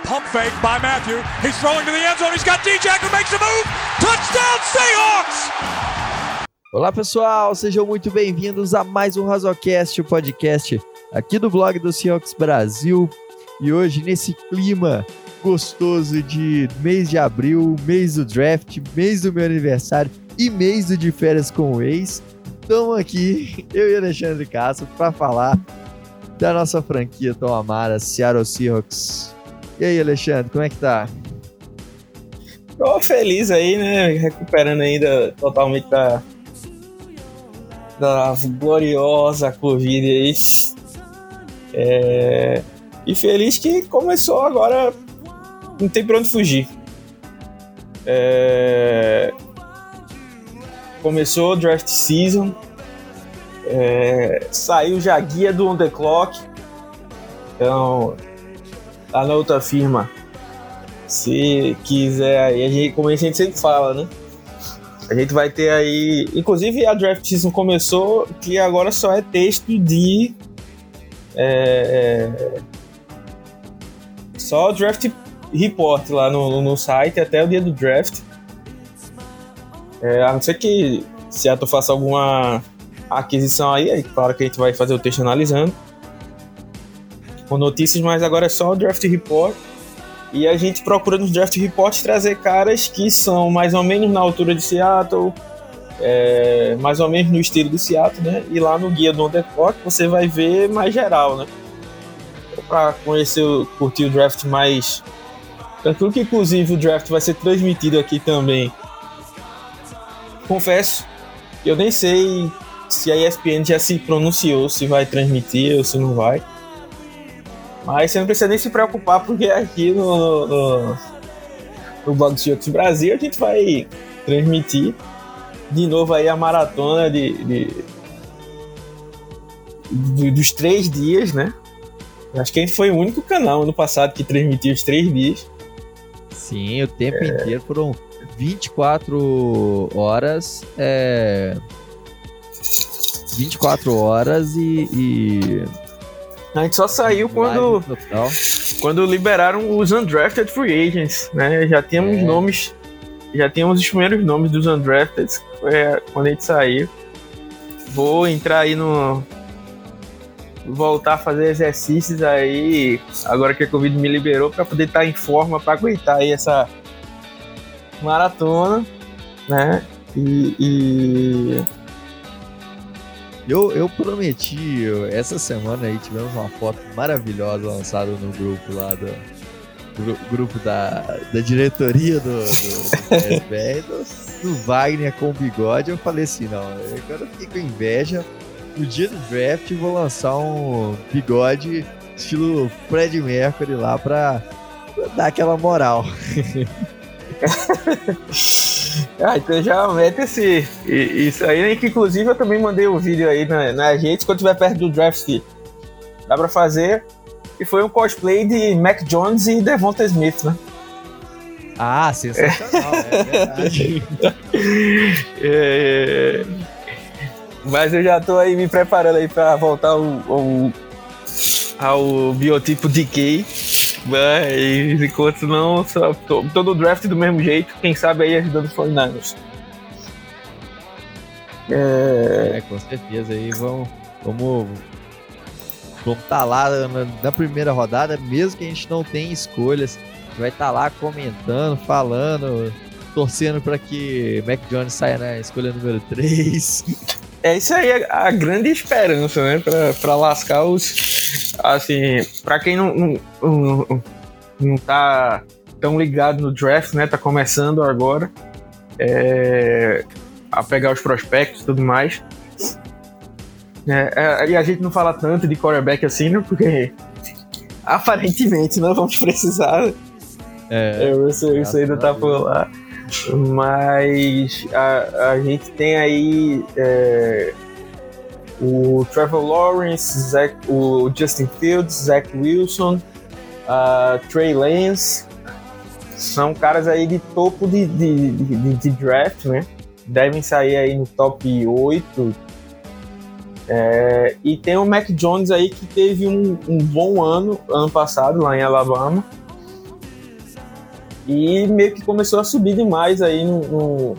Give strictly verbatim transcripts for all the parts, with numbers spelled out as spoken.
Pump fake by Matthew. He's throwing to the end zone. He's got D-Jack who makes a move. Touchdown Seahawks! Olá pessoal, sejam muito bem-vindos a mais um Razocast, o podcast aqui do blog do Seahawks Brasil. E hoje nesse clima gostoso de mês de abril, mês do draft, mês do meu aniversário e mês do de férias com o ex, estamos aqui, eu e Alexandre Castro, para falar da nossa franquia tão amada, Seattle Seahawks. E aí, Alexandre, como é que tá? Tô feliz aí, né? Recuperando ainda totalmente da, da gloriosa Covid aí. É, e feliz que começou agora, não tem pra onde fugir. É, começou o draft season, é, saiu já a guia do On The Clock. Então, lá na outra firma, se quiser aí, a gente, como a gente sempre fala, né? A gente vai ter aí, inclusive a draft season começou, que agora só é texto de é, é, só draft report lá no, no site até o dia do draft. É, a não ser que Seattle faça alguma aquisição aí, aí claro que a gente vai fazer o texto analisando com notícias, mas agora é só o draft report. E a gente procura nos draft reports trazer caras que são mais ou menos na altura de Seattle, é, mais ou menos no estilo de Seattle, né? E lá no guia do On The Clock você vai ver mais geral, né? Para conhecer, curtir o draft mais tranquilo, que inclusive o draft vai ser transmitido aqui também. Confesso que eu nem sei se a E S P N já se pronunciou se vai transmitir ou se não vai. Mas você não precisa nem se preocupar, porque aqui no, no, no blog do Seahawks Brasil a gente vai transmitir de novo aí a maratona de, de, de, dos três dias, né? Acho que a gente foi o único canal ano passado que transmitiu os três dias. Sim, o tempo é... inteiro foram vinte e quatro horas. É... vinte e quatro horas e... e... A gente só saiu quando, quando liberaram os undrafted free agents, né? Já tínhamos é. nomes, já tínhamos os primeiros nomes dos undrafted é, quando a gente saiu. Vou entrar aí no... voltar a fazer exercícios aí, agora que a Covid me liberou, para poder estar em forma, para aguentar aí essa maratona, né? E... e... Eu, eu prometi, eu, essa semana aí tivemos uma foto maravilhosa lançada no grupo lá do, do grupo da, da diretoria do, do, do S B R, do, do Wagner com bigode. Eu falei assim, não, agora eu fiquei com inveja. No dia do draft vou lançar um bigode estilo Fred Mercury lá pra, pra dar aquela moral. Ah, então já mete esse, isso aí, que inclusive eu também mandei um vídeo aí na, na gente, quando tiver perto do draft, dá pra fazer, e foi um cosplay de Mac Jones e Devonta Smith, né? Ah, sensacional, é, é verdade. é, mas eu já tô aí me preparando aí pra voltar ao, ao, ao biotipo D K. Mas enquanto não, só tô, tô no draft do mesmo jeito, quem sabe aí ajudando os quarenta e nine ers. É... é, com certeza aí vamos vamos vamos tá lá na, na primeira rodada, mesmo que a gente não tenha escolhas, a gente vai estar tá lá comentando, falando, torcendo para que Mac Jones saia na escolha número três. É isso aí, a, a grande esperança, né, pra, pra lascar os... Assim, pra quem não, não, não, não tá tão ligado no draft, né, tá começando agora é, a pegar os prospectos e tudo mais. É, é, e a gente não fala tanto de quarterback assim, né, porque aparentemente não vamos precisar. É, é, isso, isso ainda tá por lá. Mas a, a gente tem aí é, o Trevor Lawrence, Zach, o Justin Fields, Zach Wilson, uh, Trey Lance. São caras aí de topo de, de, de, de draft, né? Devem sair aí no top oito. É, e tem o Mac Jones aí que teve um, um bom ano, ano passado, lá em Alabama. E meio que começou a subir demais aí no, no,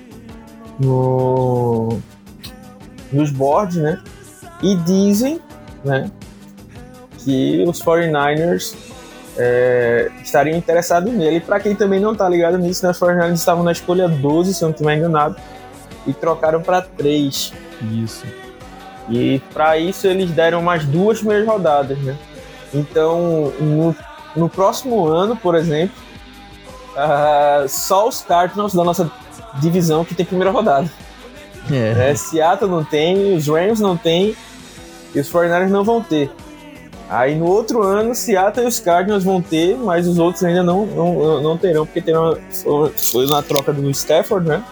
no nos boards, né? E dizem, né, que os forty-niners é, estariam interessados nele. Para quem também não tá ligado nisso, né, os forty-niners estavam na escolha doze, se eu não estiver enganado, e trocaram para três. Isso. E para isso eles deram mais duas primeiras rodadas, né? Então, no, no próximo ano, por exemplo, uh, só os Cardinals da nossa divisão que tem primeira rodada. É. É, Seattle não tem, os Rams não tem e os forty-niners não vão ter. Aí no outro ano, Seattle e os Cardinals vão ter, mas os outros ainda não, não, não terão, porque terão, foi na troca do Stafford, né?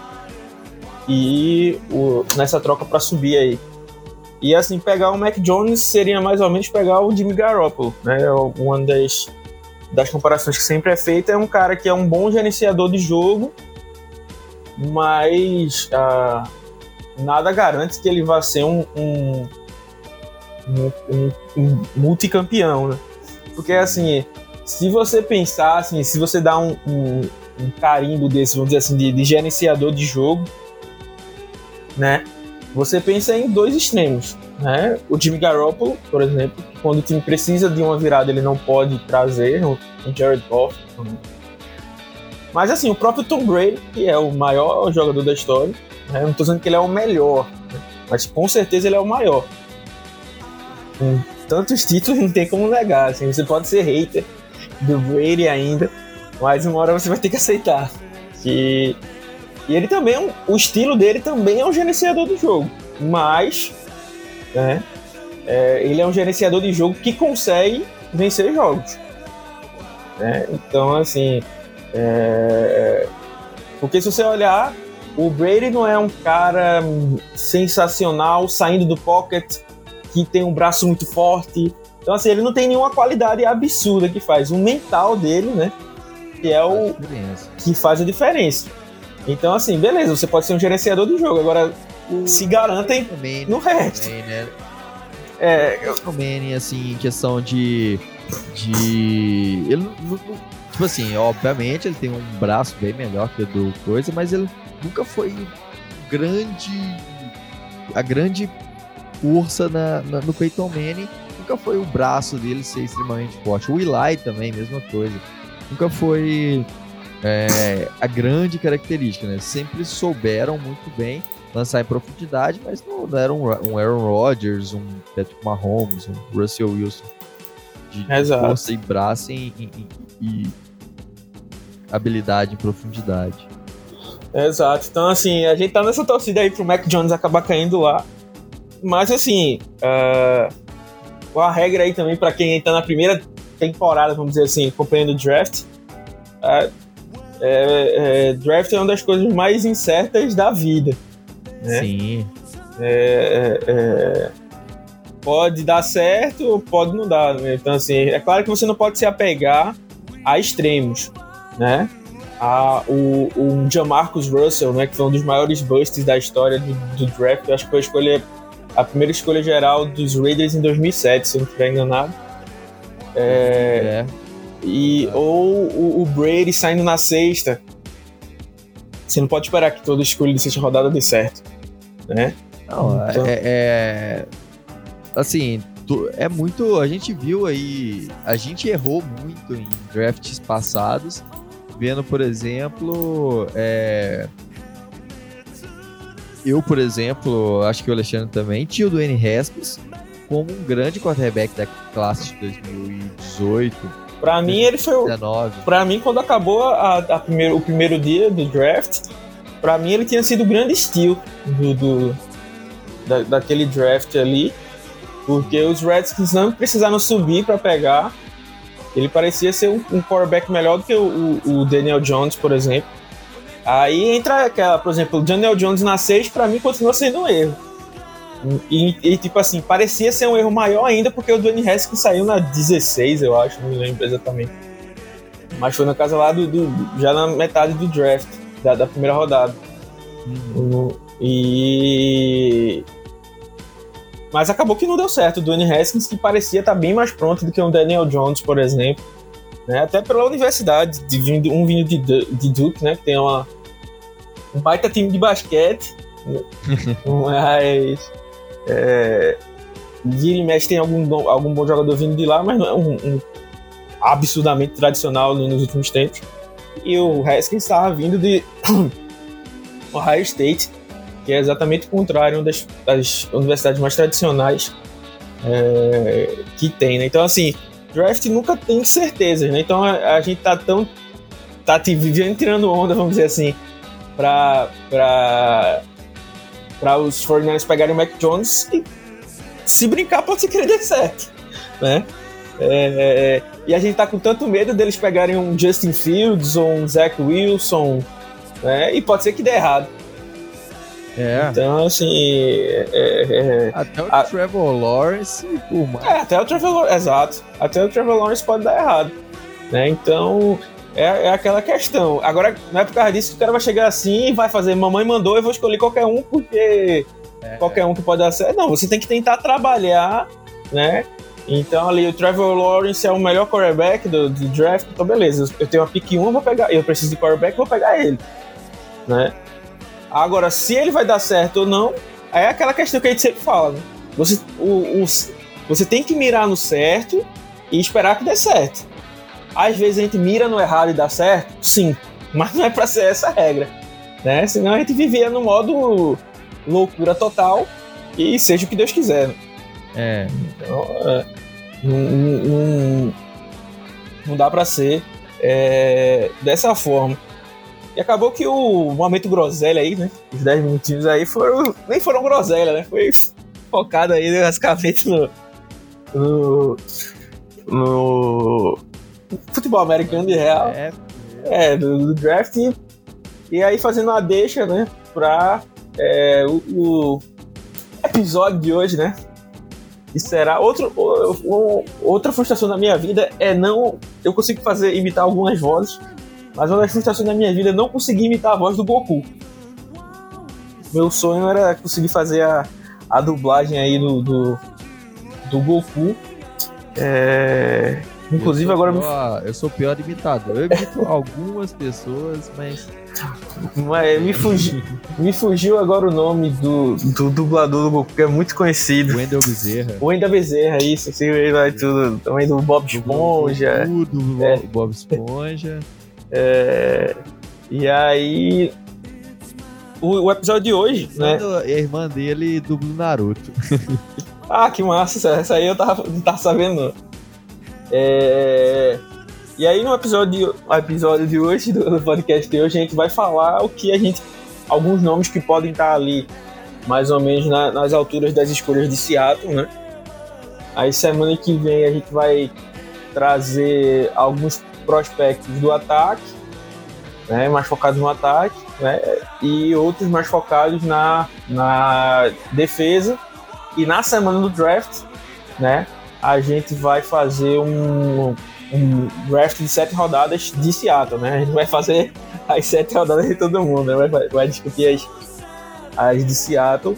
E o, nessa troca para subir aí. E assim, pegar o Mac Jones seria mais ou menos pegar o Jimmy Garoppolo, né? Uma das, das comparações que sempre é feita é um cara que é um bom gerenciador de jogo, mas ah, nada garante que ele vá ser um, um, um, um, um multicampeão, né? Porque assim, se você pensar assim, se você dá um, um, um carimbo desse, vamos dizer assim, de, de gerenciador de jogo, né? Você pensa em dois extremos, né? O Jimmy Garoppolo, por exemplo, quando o time precisa de uma virada, ele não pode trazer o Jared Goff. Mas assim, o próprio Tom Brady, que é o maior jogador da história, né? Eu não estou dizendo que ele é o melhor, né? Mas com certeza ele é o maior. Com tantos títulos, não tem como negar. Assim, você pode ser hater do Brady ainda, mas uma hora você vai ter que aceitar que... E ele também, é um, o estilo dele também é um gerenciador de jogo, mas né, é, ele é um gerenciador de jogo que consegue vencer jogos. Né? Então, assim, é, porque se você olhar, o Brady não é um cara sensacional, saindo do pocket, que tem um braço muito forte. Então, assim, ele não tem nenhuma qualidade absurda que faz. O mental dele, né, que é o que faz a diferença. Então, assim, beleza, você pode ser um gerenciador do jogo, agora o se garantem também, no resto. Também, né? É, eu... Também, assim, em questão de... de... Ele, tipo assim, obviamente ele tem um braço bem melhor que o do coisa, mas ele nunca foi grande... A grande força na, na, no Peyton Manning, nunca foi o braço dele ser extremamente forte. O Eli também, mesma coisa. Nunca foi... É, a grande característica, né? Sempre souberam muito bem lançar em profundidade, mas não, não era um, um Aaron Rodgers, um Patrick Mahomes, um Russell Wilson de, de força e braço e, e, e habilidade em profundidade. Exato. Então, assim, a gente tá nessa torcida aí pro Mac Jones acabar caindo lá, mas assim, uh, a regra aí também pra quem tá na primeira temporada, vamos dizer assim, acompanhando o draft, uh, É, é, draft é uma das coisas mais incertas da vida, né? Sim. É, é, é, pode dar certo ou pode não dar, né? Então, assim, é claro que você não pode se apegar a extremos, né? A, o, o Jamarcus Russell, né, que foi um dos maiores busts da história do, do draft, eu acho que foi a, escolha, a primeira escolha geral dos Raiders em dois mil e sete, se eu não estiver enganado. É... é. E, ou o, o Brady saindo na sexta. Você não pode esperar que toda escolha de sexta rodada dê certo, né? Não, então... é, é assim, é muito, a gente viu aí, a gente errou muito em drafts passados, vendo, por exemplo, é, eu, por exemplo, acho que o Alexandre também tinha o Dwayne Haskins como um grande quarterback da classe de dois mil e dezoito. Pra mim, ele foi o. Pra mim, quando acabou a, a primeiro, o primeiro dia do draft, pra mim ele tinha sido o grande steal do, do, da, daquele draft ali, porque os Redskins não precisaram subir pra pegar. Ele parecia ser um, um quarterback melhor do que o, o, o Daniel Jones, por exemplo. Aí entra aquela, por exemplo, o Daniel Jones na seis, pra mim continua sendo um erro. E, e, tipo assim, parecia ser um erro maior ainda porque o Dwayne Haskins saiu na dezesseis, eu acho, não me lembro exatamente. Mas foi na casa lá do, do já na metade do draft, da, da primeira rodada. Uhum. E... Mas acabou que não deu certo. O Dwayne Haskins, que parecia estar bem mais pronto do que o Daniel Jones, por exemplo. né? Até pela universidade, de vindo, um vindo de, de Duke, né? Que tem uma, um baita time de basquete, né? Mas é, vira e mexe tem algum, algum bom jogador vindo de lá, mas não é um, um absurdamente tradicional nos últimos tempos. E o Haskins estava vindo de Ohio State, que é exatamente o contrário das, das universidades mais tradicionais é, que tem, né? Então, assim, draft nunca tem certezas, né? Então, a, a gente tá tão... tá te vivendo tirando onda, vamos dizer assim, pra, pra, pra os quarenta e nove ers pegarem o Mac Jones e se brincar pode ser que ele dê certo, né? É, e a gente tá com tanto medo deles pegarem um Justin Fields ou um Zach Wilson, né? E pode ser que dê errado. É. Então, assim... É, é, até o a, Trevor Lawrence, por mais... É, até o Trevor Lawrence, exato. Até o Trevor Lawrence pode dar errado, né? Então, é, é aquela questão. Agora, não é por causa disso que o cara vai chegar assim e vai fazer mamãe mandou, eu vou escolher qualquer um porque é. qualquer um que pode dar certo. Não, você tem que tentar trabalhar, né? Então, ali, o Trevor Lawrence é o melhor quarterback do, do draft, então beleza, eu tenho uma pick um, eu vou pegar, eu preciso de quarterback, vou pegar ele, né? Agora, se ele vai dar certo ou não, é aquela questão que a gente sempre fala, né? Você, o, o, você tem que mirar no certo e esperar que dê certo. Às vezes a gente mira no errado e dá certo, sim, mas não é pra ser essa a regra, né? Senão a gente vivia no modo loucura total e seja o que Deus quiser, né? É. Então, é, não, não, não dá pra ser é, dessa forma. E acabou que o momento groselha aí, né? Os dez minutinhos aí foram. Nem foram groselha, né? Foi focado aí basicamente no. No. no futebol americano de real. É, é do, do draft. E, e aí fazendo uma deixa, né? Pra é, o, o episódio de hoje, né? E será outro, outra frustração da minha vida é não... Eu consigo fazer, imitar algumas vozes, mas uma das frustrações da minha vida é não conseguir imitar a voz do Goku. Meu sonho era conseguir fazer a, a dublagem aí do, do, do Goku. É... Inclusive eu agora... Pior, eu sou o pior imitador. Eu imito algumas pessoas, mas... mas me, fugi, me fugiu agora o nome do, do dublador do Goku, que é muito conhecido. Wendell Bezerra. Wendell Bezerra, isso. Assim, ele vai tudo. Também do Bob Esponja. Tudo do é. Bob Esponja. É, e aí... O, o episódio de hoje, né? A irmã dele dubla o Naruto. Ah, que massa. Essa aí eu tava, não tava sabendo, não. É... E aí no episódio de, episódio de hoje, do podcast de hoje, a gente vai falar o que a gente... Alguns nomes que podem estar ali, mais ou menos na, nas alturas das escolhas de Seattle, né? Aí semana que vem a gente vai trazer alguns prospectos do ataque, né? Mais focados no ataque, né? E outros mais focados na, na defesa. E na semana do draft, né? A gente vai fazer um, um draft de sete rodadas de Seattle, né? A gente vai fazer as sete rodadas de todo mundo, né? Vai, vai discutir as, as de Seattle.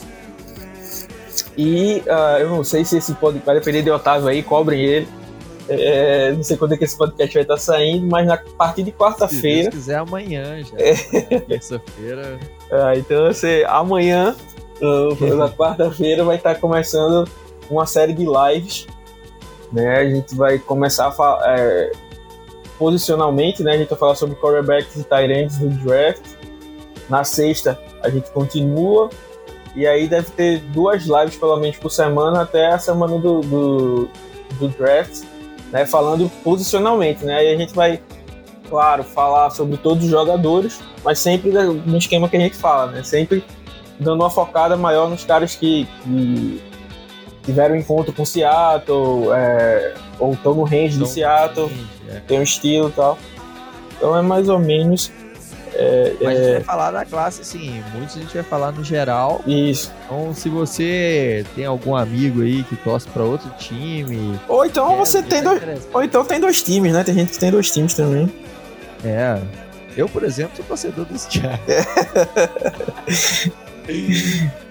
E uh, eu não sei se esse podcast vai depender de Otávio aí, cobrem ele. É, não sei quando é que esse podcast vai estar saindo, mas na partir de quarta-feira. Se Deus quiser, amanhã já. É. Terça-feira. Ah, então, assim, amanhã, uh, na quarta-feira, vai estar começando uma série de lives. Né, a gente vai começar a falar é, posicionalmente, né, a gente vai falar sobre quarterbacks e tight ends do draft. Na sexta a gente continua e aí deve ter duas lives pelo menos por semana até a semana do, do, do draft, né, falando posicionalmente, né, aí a gente vai, claro, falar sobre todos os jogadores, mas sempre no esquema que a gente fala, né, sempre dando uma focada maior nos caras que, que tiveram um encontro com Seattle, é, ou estão no range de Seattle, range, é. Tem um estilo e tal. Então é mais ou menos... É, Mas é... a gente vai falar da classe, assim, muitos a gente vai falar no geral. Isso. Então se você tem algum amigo aí que torce para outro time... Ou então você tem dois... Ou então tem dois times, né? Tem gente que tem dois times também. É. Eu, por exemplo, sou torcedor dos Chargers.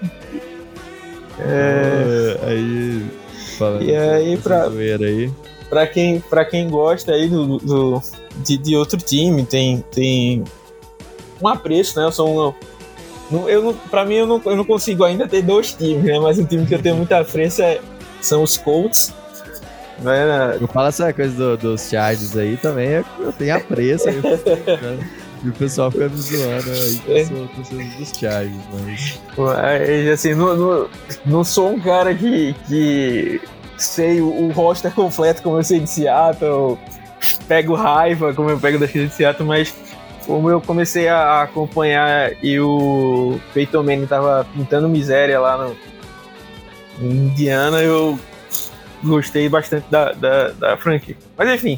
É... aí, falando e aí, pra... aí. pra quem, pra quem gosta aí do, do, de, de outro time, tem, tem um apreço, né? Eu sou um... Eu não, pra mim, eu não, eu não consigo ainda ter dois times, né? Mas um time que eu tenho muita apreço é, são os Colts. Né? Eu falo essa coisa do, dos Chargers aí também, eu tenho apreço. Aí, e o pessoal fica me zoando aí, que eu sou torcedor dos Chargers, mas... mas assim, não, não, não sou um cara que, que sei o, o roster completo como eu sei de Seattle, pego raiva como eu pego da de Seattle, mas como eu comecei a acompanhar e o Peyton Manning tava pintando miséria lá no, em Indiana, eu gostei bastante da, da, da franquia. Mas enfim,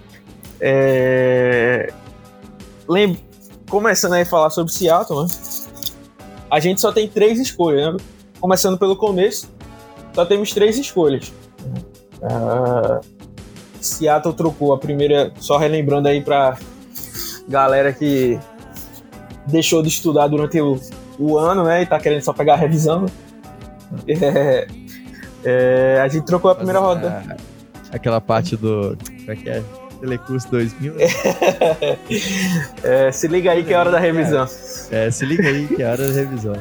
é... Lembra, começando aí a falar sobre Seattle, né? A gente só tem três escolhas, né? Começando pelo começo, só temos três escolhas. Uh, Seattle trocou a primeira, só relembrando aí pra galera que deixou de estudar durante o, o ano, né? E tá querendo só pegar a revisão. É, é, a gente trocou a primeira Mas, rodada. A, aquela parte do... Como é que é? Telecurso dois mil? É, se liga aí que é hora da revisão. É, se liga aí que é hora da revisão.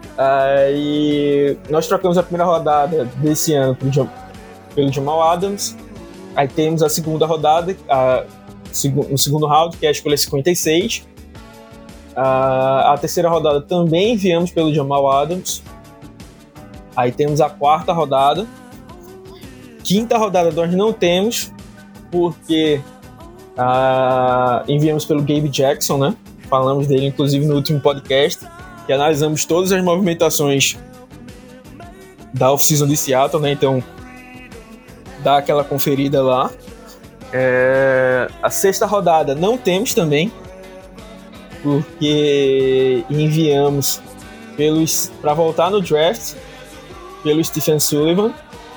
Aí nós trocamos a primeira rodada desse ano pelo, pelo Jamal Adams. Aí temos a segunda rodada, a, o segundo round, que é a escolha cinquenta e seis. A, a terceira rodada também enviamos pelo Jamal Adams. Aí temos a quarta rodada. Quinta rodada nós não temos, porque uh, enviamos pelo Gabe Jackson, né? Falamos dele, inclusive, no último podcast, que analisamos todas as movimentações da off-season de Seattle, né? Então, dá aquela conferida lá. É, a sexta rodada não temos também, porque enviamos para voltar no draft pelo Stephen Sullivan.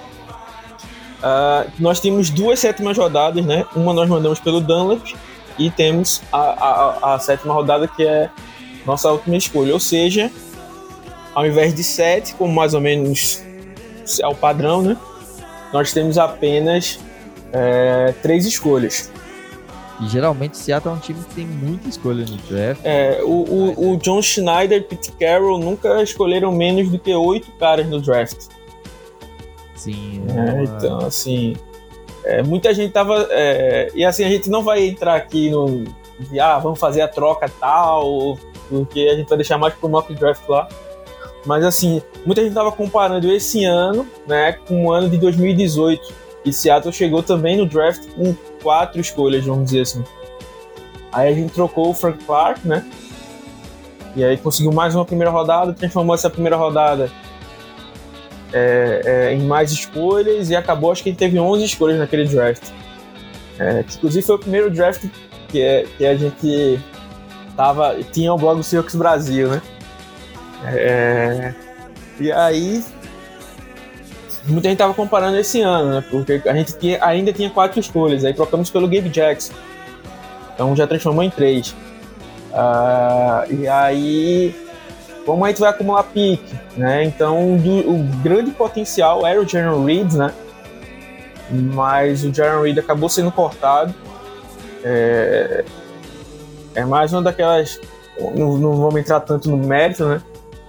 Uh, nós temos duas sétimas rodadas, né? Uma nós mandamos pelo Dunlap e temos a, a, a sétima rodada, que é nossa última escolha. Ou seja, ao invés de sete, como mais ou menos é o padrão, né? Nós temos apenas é, três escolhas. E geralmente Seattle é um time que tem muita escolha no draft. É, o, o, o John Schneider e Pete Carroll nunca escolheram menos do que oito caras no draft. Sim. É, então, assim, é, muita gente tava... É, e assim, a gente não vai entrar aqui no... De, ah, vamos fazer a troca tal, porque a gente vai deixar mais pro mock draft lá. Mas assim, muita gente tava comparando esse ano, né, com o ano de dois mil e dezoito. E Seattle chegou também no draft com quatro escolhas, vamos dizer assim. Aí a gente trocou o Frank Clark, né? E aí conseguiu mais uma primeira rodada, transformou essa primeira rodada É, é, em mais escolhas, e acabou, acho que ele teve onze escolhas naquele draft, é, que inclusive foi o primeiro draft que, é, que a gente tava, tinha o blog do Seahawks Brasil, né? É, e aí muita gente tava comparando esse ano, né? Porque a gente tinha, ainda tinha quatro escolhas, aí trocamos pelo Gabe Jackson, então já transformou em três. Uh, e aí como a gente vai acumular pique, né? Então do, o grande potencial era o Jarran Reed, né? Mas o Jarran Reed acabou sendo cortado. É, é mais uma daquelas... Não, não vamos entrar tanto no mérito, né?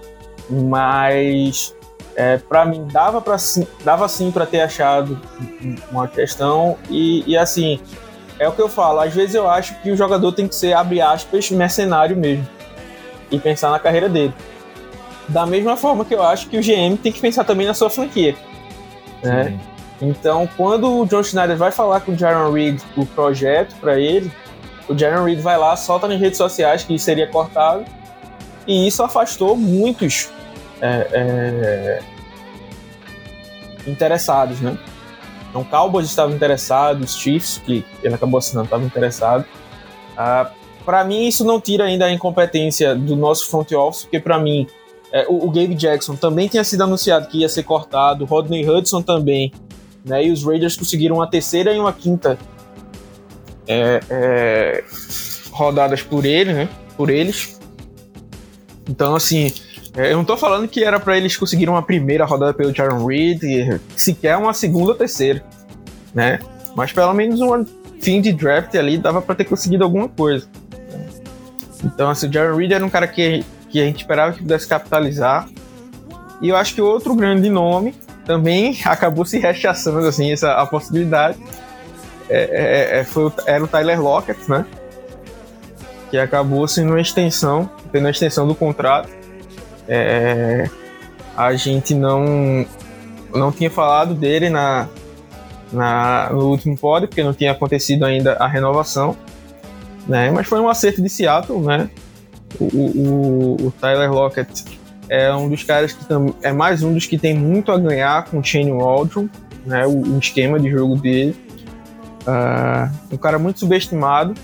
Mas é, para mim dava, pra, dava sim para ter achado uma questão. E, e assim, é o que eu falo. Às vezes eu acho que o jogador tem que ser, abre aspas, mercenário mesmo. E pensar na carreira dele. Da mesma forma que eu acho que o G M tem que pensar também na sua franquia, né? Então, quando o John Schneider vai falar com o Jarran Reed o projeto para ele, o Jarran Reed vai lá, solta nas redes sociais que seria cortado, e isso afastou muitos é, é, interessados, né? Então, Cowboys estavam interessados, Chiefs, que ele acabou assinando, estavam interessados. Ah, para mim, isso não tira ainda a incompetência do nosso front office, porque para mim, é, o, o Gabe Jackson também tinha sido anunciado que ia ser cortado, o Rodney Hudson também, né? E os Raiders conseguiram uma terceira e uma quinta é, é, rodadas por ele, né? Por eles. Então, assim, é, eu não tô falando que era para eles conseguirem uma primeira rodada pelo Jarran Reed, sequer uma segunda ou terceira, né? Mas pelo menos um fim de draft ali dava para ter conseguido alguma coisa. Então, assim, o Jarran Reed era um cara que, que a gente esperava que pudesse capitalizar. E eu acho que outro grande nome também acabou se rechaçando, assim, essa, a possibilidade. É, é, foi, era o Tyler Lockett, né? Que acabou sendo uma extensão, tendo uma extensão do contrato. É, a gente não, não tinha falado dele na, na, no último pod, porque não tinha acontecido ainda a renovação. Né? Mas foi um acerto de Seattle, né? O, o, o Tyler Lockett é um dos caras que tam, é mais um dos que tem muito a ganhar com o Shane Waldron, né? O, o esquema de jogo dele. Uh, um cara muito subestimado.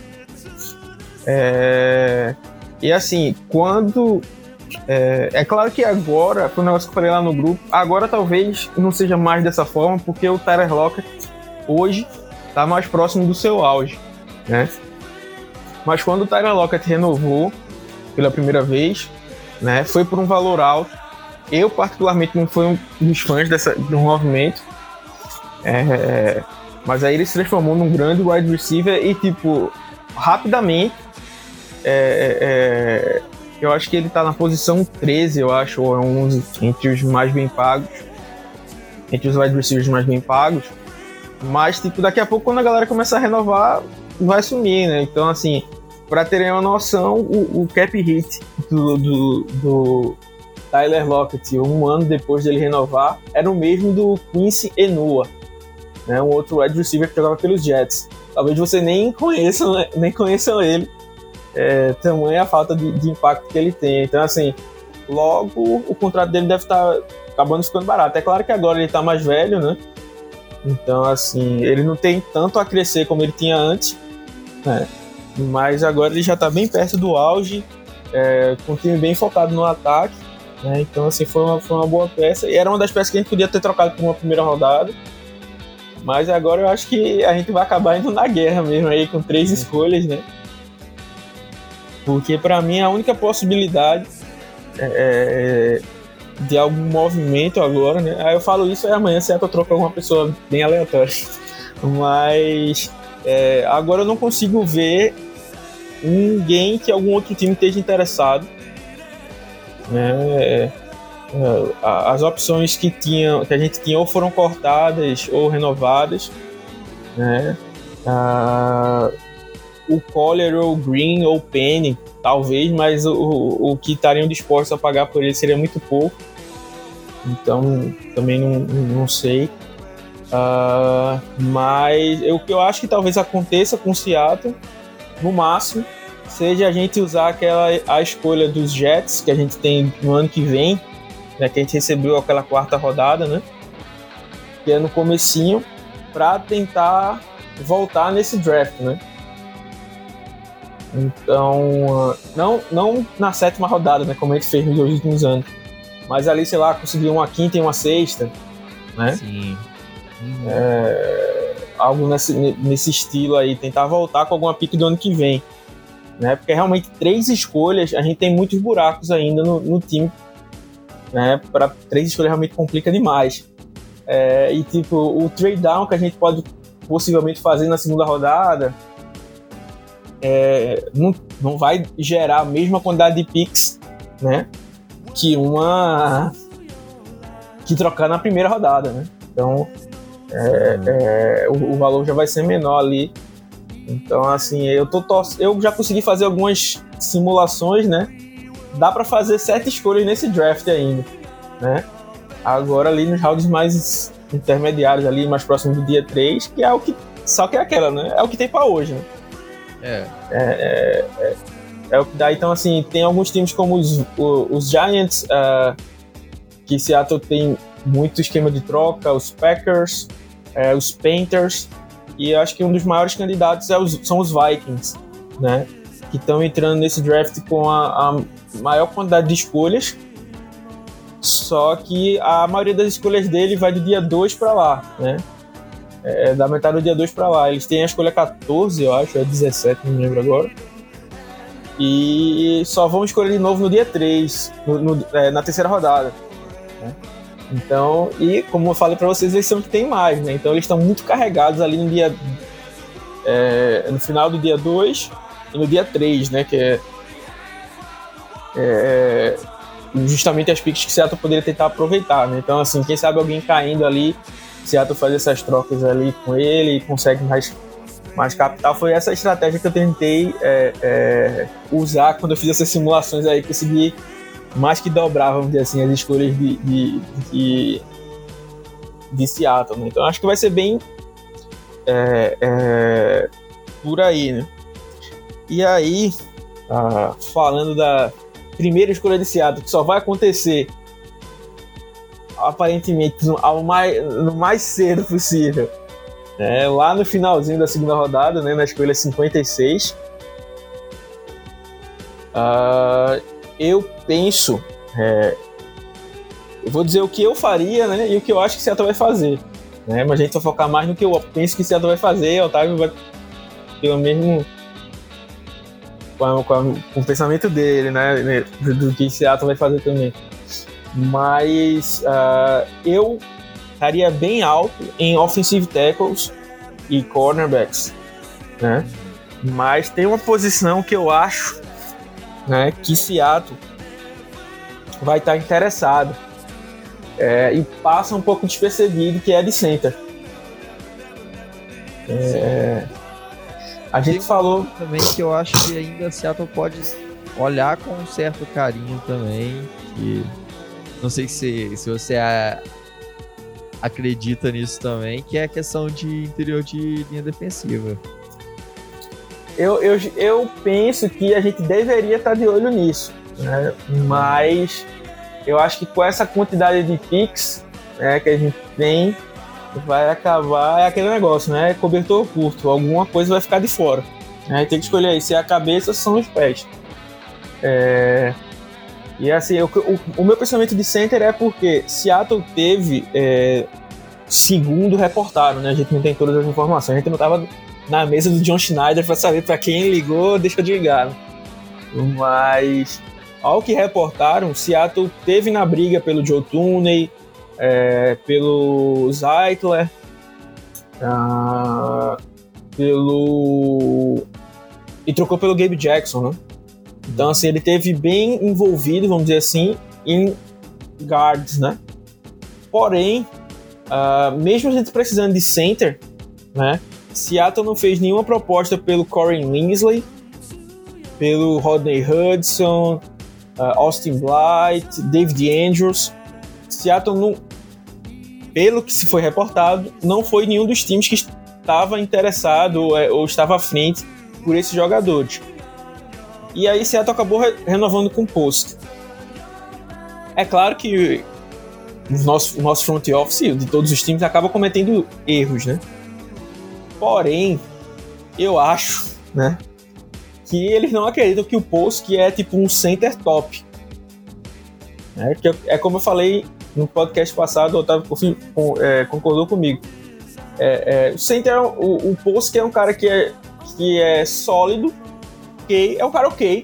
É, e assim, quando... É, é claro que agora, foi um negócio que eu falei lá no grupo, agora talvez não seja mais dessa forma, porque o Tyler Lockett hoje está mais próximo do seu auge, né? Mas quando o Tyler Lockett renovou pela primeira vez, né, foi por um valor alto. Eu, particularmente, não fui um dos fãs dessa, do movimento. É, mas aí ele se transformou num grande wide receiver e, tipo, rapidamente, é, é, eu acho que ele tá na posição treze, eu acho, ou onze, entre os mais bem pagos. Entre os wide receivers mais bem pagos. Mas, tipo, daqui a pouco, quando a galera começar a renovar, vai sumir, né? Então, assim, para terem uma noção, o, o cap hit do, do, do Tyler Lockett, um ano depois dele renovar, era o mesmo do Quincy Enunwa, né? Um outro wide receiver que jogava pelos Jets. Talvez você nem conheçam, nem conheçam ele, é, tamanha a falta de, de impacto que ele tem. Então, assim, logo o contrato dele deve estar acabando ficando barato. É claro que agora ele está mais velho, né? Então, assim, ele não tem tanto a crescer como ele tinha antes, né? Mas agora ele já está bem perto do auge, é, com um time bem focado no ataque, né? Então, assim, foi uma, foi uma boa peça. E era uma das peças que a gente podia ter trocado por uma primeira rodada. Mas agora eu acho que a gente vai acabar indo na guerra mesmo aí, com três escolhas, né? Porque, para mim, a única possibilidade é, de algum movimento agora, né? Aí eu falo isso, aí amanhã certo eu troco alguma pessoa bem aleatória. Mas é, agora eu não consigo ver ninguém que algum outro time esteja interessado, né? As opções que, tinha, que a gente tinha ou foram cortadas ou renovadas, né? Ah, o Collier ou o Green ou o Penny, talvez, mas o, o que estariam dispostos a pagar por ele seria muito pouco. Então, também não, não sei. Uh, mas o que eu acho que talvez aconteça com o Seattle, no máximo, seja a gente usar aquela, a escolha dos Jets que a gente tem no ano que vem, né, que a gente recebeu aquela quarta rodada, né, que é no comecinho, para tentar voltar nesse draft, né? Então, não, não na sétima rodada, né, como a gente fez nos dois últimos anos, mas ali, sei lá, conseguir uma quinta e uma sexta, né? Sim. Uhum. É, algo nesse, nesse estilo aí, tentar voltar com alguma pick do ano que vem, né? Porque realmente três escolhas, a gente tem muitos buracos ainda no, no time, né? Para três escolhas realmente complica demais. É, e tipo, o trade down que a gente pode possivelmente fazer na segunda rodada é, não, não vai gerar a mesma quantidade de picks, né? Que uma que trocar na primeira rodada, né? Então É, é, o, o valor já vai ser menor ali. Então, assim, eu, tô tor- eu já consegui fazer algumas simulações, né? Dá pra fazer sete escolhas nesse draft ainda, né? Agora ali nos rounds mais intermediários ali, mais próximo do dia três, que é o que... Só que é aquela, né? É o que tem pra hoje, né? É. É, é, é, é o que dá. Então, assim, tem alguns times como os, os, os Giants, uh, que Seattle tem muito esquema de troca, os Packers, é, os Panthers, e eu acho que um dos maiores candidatos é os, são os Vikings, né? Que estão entrando nesse draft com a, a maior quantidade de escolhas, só que a maioria das escolhas dele vai do dia dois para lá, né? É, da metade do dia dois para lá. Eles têm a escolha catorze, eu acho, é dezessete, não me lembro agora. E só vão escolher de novo no dia três, no, no, é, na terceira rodada, né? Então, e como eu falei para vocês, eles são que tem mais, né? Então eles estão muito carregados ali no dia é, no final do dia dois e no dia três, né? Que é, é justamente as picks que Seattle poderia tentar aproveitar, né? Então, assim, quem sabe alguém caindo ali, Seattle faz essas trocas ali com ele e consegue mais, mais capital. Foi essa estratégia que eu tentei é, é, usar quando eu fiz essas simulações aí, consegui mais que dobrar, vamos dizer assim, as escolhas de, de, de, de Seattle, né? Então acho que vai ser bem é, é, por aí, né? E aí, ah, falando da primeira escolha de Seattle, que só vai acontecer aparentemente ao mais, no mais cedo possível, né? Lá no finalzinho da segunda rodada, né? Na escolha cinquenta e seis, uh, eu penso, é, eu vou dizer o que eu faria, né, e o que eu acho que Seattle vai fazer, né, mas a gente vai focar mais no que eu penso que Seattle vai fazer. O Otávio vai pelo mesmo com, a, com, a, com o pensamento dele, né, do que Seattle vai fazer também. Mas uh, eu estaria bem alto em offensive tackles e cornerbacks, né, mas tem uma posição que eu acho, né, que Seattle vai estar interessado é, e passa um pouco despercebido, que é de center. É, a gente falou também que eu acho que ainda Seattle pode olhar com um certo carinho também, que não sei se, se você a, acredita nisso também, que é a questão de interior de linha defensiva. Eu, eu, eu penso que a gente deveria estar de olho nisso, né? Mas eu acho que com essa quantidade de picks, né, que a gente tem, vai acabar, é aquele negócio, né? Cobertor curto, alguma coisa vai ficar de fora, né? Tem que escolher aí se é a cabeça ou são os pés. É... E assim, o, o, o meu pensamento de center é porque Seattle teve, é, segundo reportaram, né? A gente não tem todas as informações, a gente não estava na mesa do John Schneider para saber para quem ligou, deixa de ligar, né? Mas ao que reportaram, Seattle teve na briga pelo Joe Tooney, é, pelo Zeitler, uh, pelo e trocou pelo Gabe Jackson, né? Então assim, ele teve bem envolvido, vamos dizer assim, em guards, né? Porém, uh, mesmo a gente precisando de center, né? Seattle não fez nenhuma proposta pelo Corey Linsley, pelo Rodney Hudson, uh, Austin Blythe, David Andrews. Seattle, não, pelo que se foi reportado, não foi nenhum dos times que estava interessado ou, ou estava à frente por esses jogadores. E aí Seattle acabou re- renovando com o Post. É claro que o nosso, o nosso front office de todos os times acaba cometendo erros, né? Porém, eu acho, né, que eles não acreditam que o Post é tipo um center top. É, que eu, é como eu falei no podcast passado, o Otávio é, concordou comigo. É, é, o center, o, o Post é um cara que é, que é sólido, okay, é um cara ok.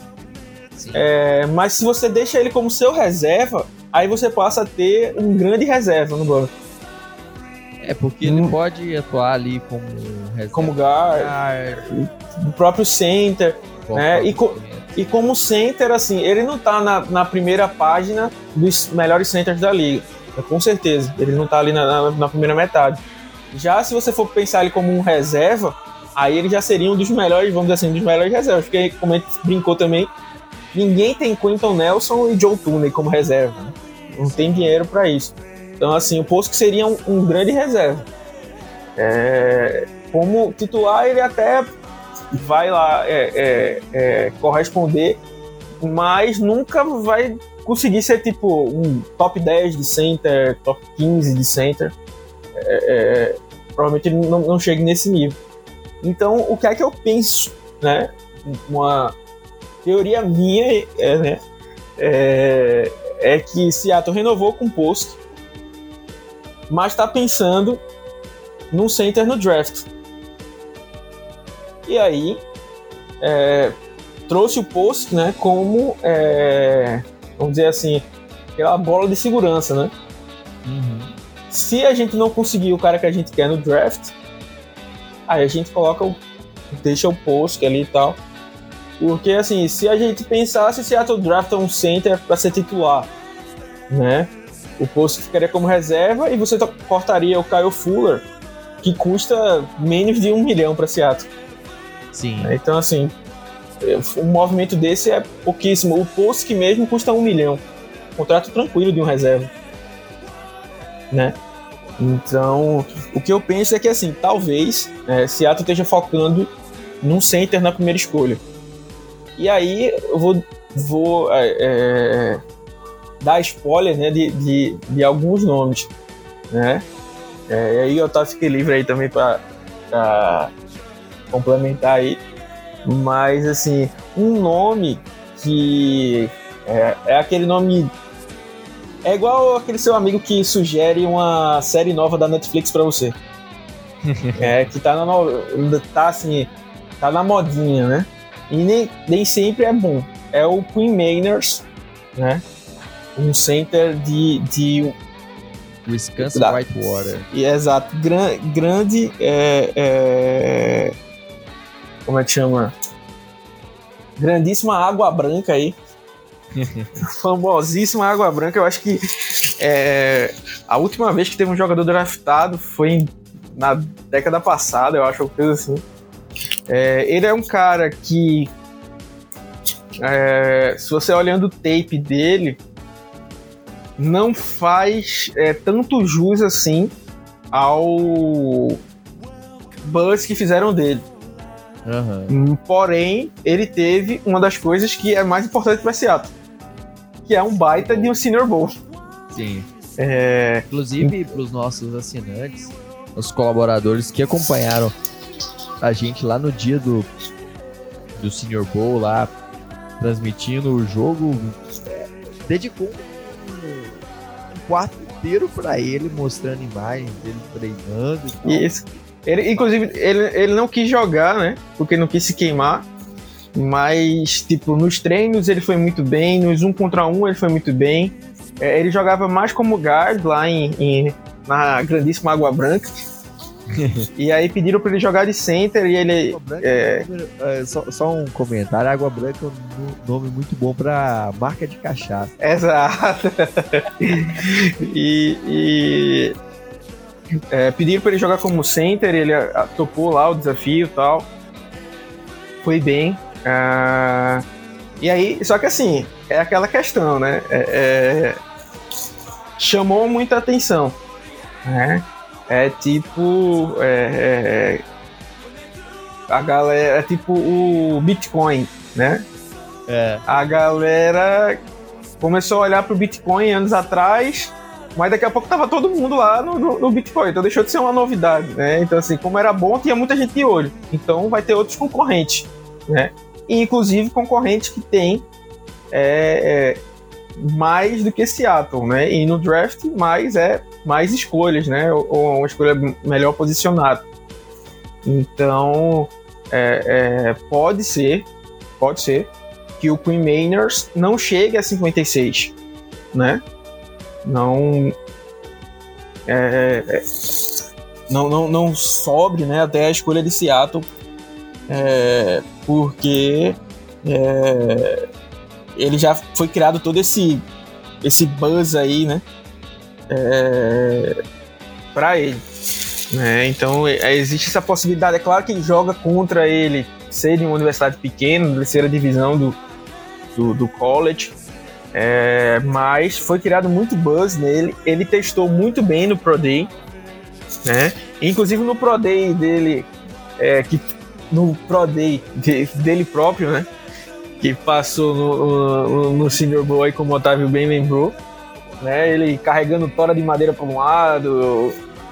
É, mas se você deixa ele como seu reserva, aí você passa a ter um grande reserva no banco. É, porque hum. ele pode atuar ali como reserva, como guard, o próprio center, né? E, co- e como center, assim, ele não tá na, na primeira página dos melhores centers da liga, com certeza. Ele não tá ali na, na, na primeira metade. Já se você for pensar ele como um reserva, aí ele já seria um dos melhores, vamos dizer assim, um dos melhores reservas, porque como a gente brincou também, ninguém tem Quentin Nelson e Joe Tooney como reserva, né? Não tem dinheiro para isso. Então, assim, o Post seria um, um grande reserva. É, como titular, ele até vai lá é, é, é, corresponder, mas nunca vai conseguir ser tipo um top dez de center, top quinze de center. É, é, provavelmente ele não, não chega nesse nível. Então, o que é que eu penso, né? Uma teoria minha é, né? é, é que Seattle renovou com o Post, mas está pensando num center no draft. E aí é, trouxe o Post, né, como é, vamos dizer assim, aquela bola de segurança, né? Uhum. Se a gente não conseguir o cara que a gente quer no draft, aí a gente coloca o... deixa o post ali e tal. Porque, assim, se a gente pensasse se Seattle drafta um center para ser titular, né? O post ficaria como reserva e você cortaria o Kyle Fuller, que custa menos de um milhão para Seattle. Sim. Então, assim, um movimento desse é pouquíssimo. O post que mesmo custa um milhão. Contrato tranquilo de um reserva, né? Então, o que eu penso é que, assim, talvez é, Seattle esteja focando num center na primeira escolha. E aí eu vou, vou é, é, dar spoiler, né, de, de, de alguns nomes, né? É, e aí o Otávio fica livre aí também para complementar aí. Mas, assim, um nome que é, é aquele nome... É igual aquele seu amigo que sugere uma série nova da Netflix pra você. É, que tá na, tá, assim, tá na modinha, né? E nem, nem sempre é bom. É o Quinn Meinerz, né? Um center de... de Wisconsin da, Whitewater. E, exato. Gran, grande... É, é, como é que chama? Grandíssima água branca aí. Famosíssima água branca. Eu acho que é, a última vez que teve um jogador draftado foi em, na década passada, eu acho, uma coisa assim. É, ele é um cara que é, se você olhando o tape dele, não faz é, tanto jus assim ao buzz que fizeram dele. Uhum. Porém, ele teve uma das coisas que é mais importante para Seattle, que é um baita de um Senior Bowl. Sim. É... Inclusive, para os nossos assinantes, os colaboradores que acompanharam a gente lá no dia do, do Senior Bowl, lá transmitindo o jogo, é, dedicou um, um quarto inteiro para ele, mostrando imagens dele treinando e tal. Isso. Ele, inclusive, ele, ele não quis jogar, né? Porque não quis se queimar. Mas, tipo, nos treinos ele foi muito bem. Nos um contra um ele foi muito bem. É, ele jogava mais como guard lá em, em, na grandíssima Água Branca. E aí pediram pra ele jogar de center e ele... Água Branca, é... é, só, só um comentário. Água Branca é um nome muito bom pra marca de cachaça. Exato. e... e... É, pediram pra ele jogar como center, ele a, a, topou lá o desafio e tal. Foi bem. Uh, e aí, só que assim, é aquela questão, né? É, é, chamou muita atenção. Né? É tipo. É, é, a galera. É tipo o Bitcoin, né? É. A galera começou a olhar pro Bitcoin anos atrás. Mas daqui a pouco tava todo mundo lá no, no, no Bitcoin, então deixou de ser uma novidade, né? Então, assim, como era bom, tinha muita gente de olho. Então vai ter outros concorrentes, né? E, inclusive, concorrentes que tem é, é, mais do que Seattle, né? E no draft, mais é mais escolhas, né? Ou, ou uma escolha melhor posicionada. Então, é, é, pode ser, pode ser que o Quinn Meinerz não chegue a cinquenta e seis, né? Não, é, é, não, não, não sobre, né, até a escolha de Seattle, é, porque é, ele já foi criado todo esse, esse buzz aí, né, é, para ele, né? Então é, existe essa possibilidade. É claro que joga contra ele ser de uma universidade pequena, terceira divisão do, do, do college. É, mas foi criado muito buzz nele. Ele testou muito bem no Pro Day, né? Inclusive no Pro Day dele, é, que, no Pro Day de, dele próprio, né? Que passou no, no, no Senior Bowl, aí, como o Otávio bem lembrou, né? Ele carregando tora de madeira para um lado,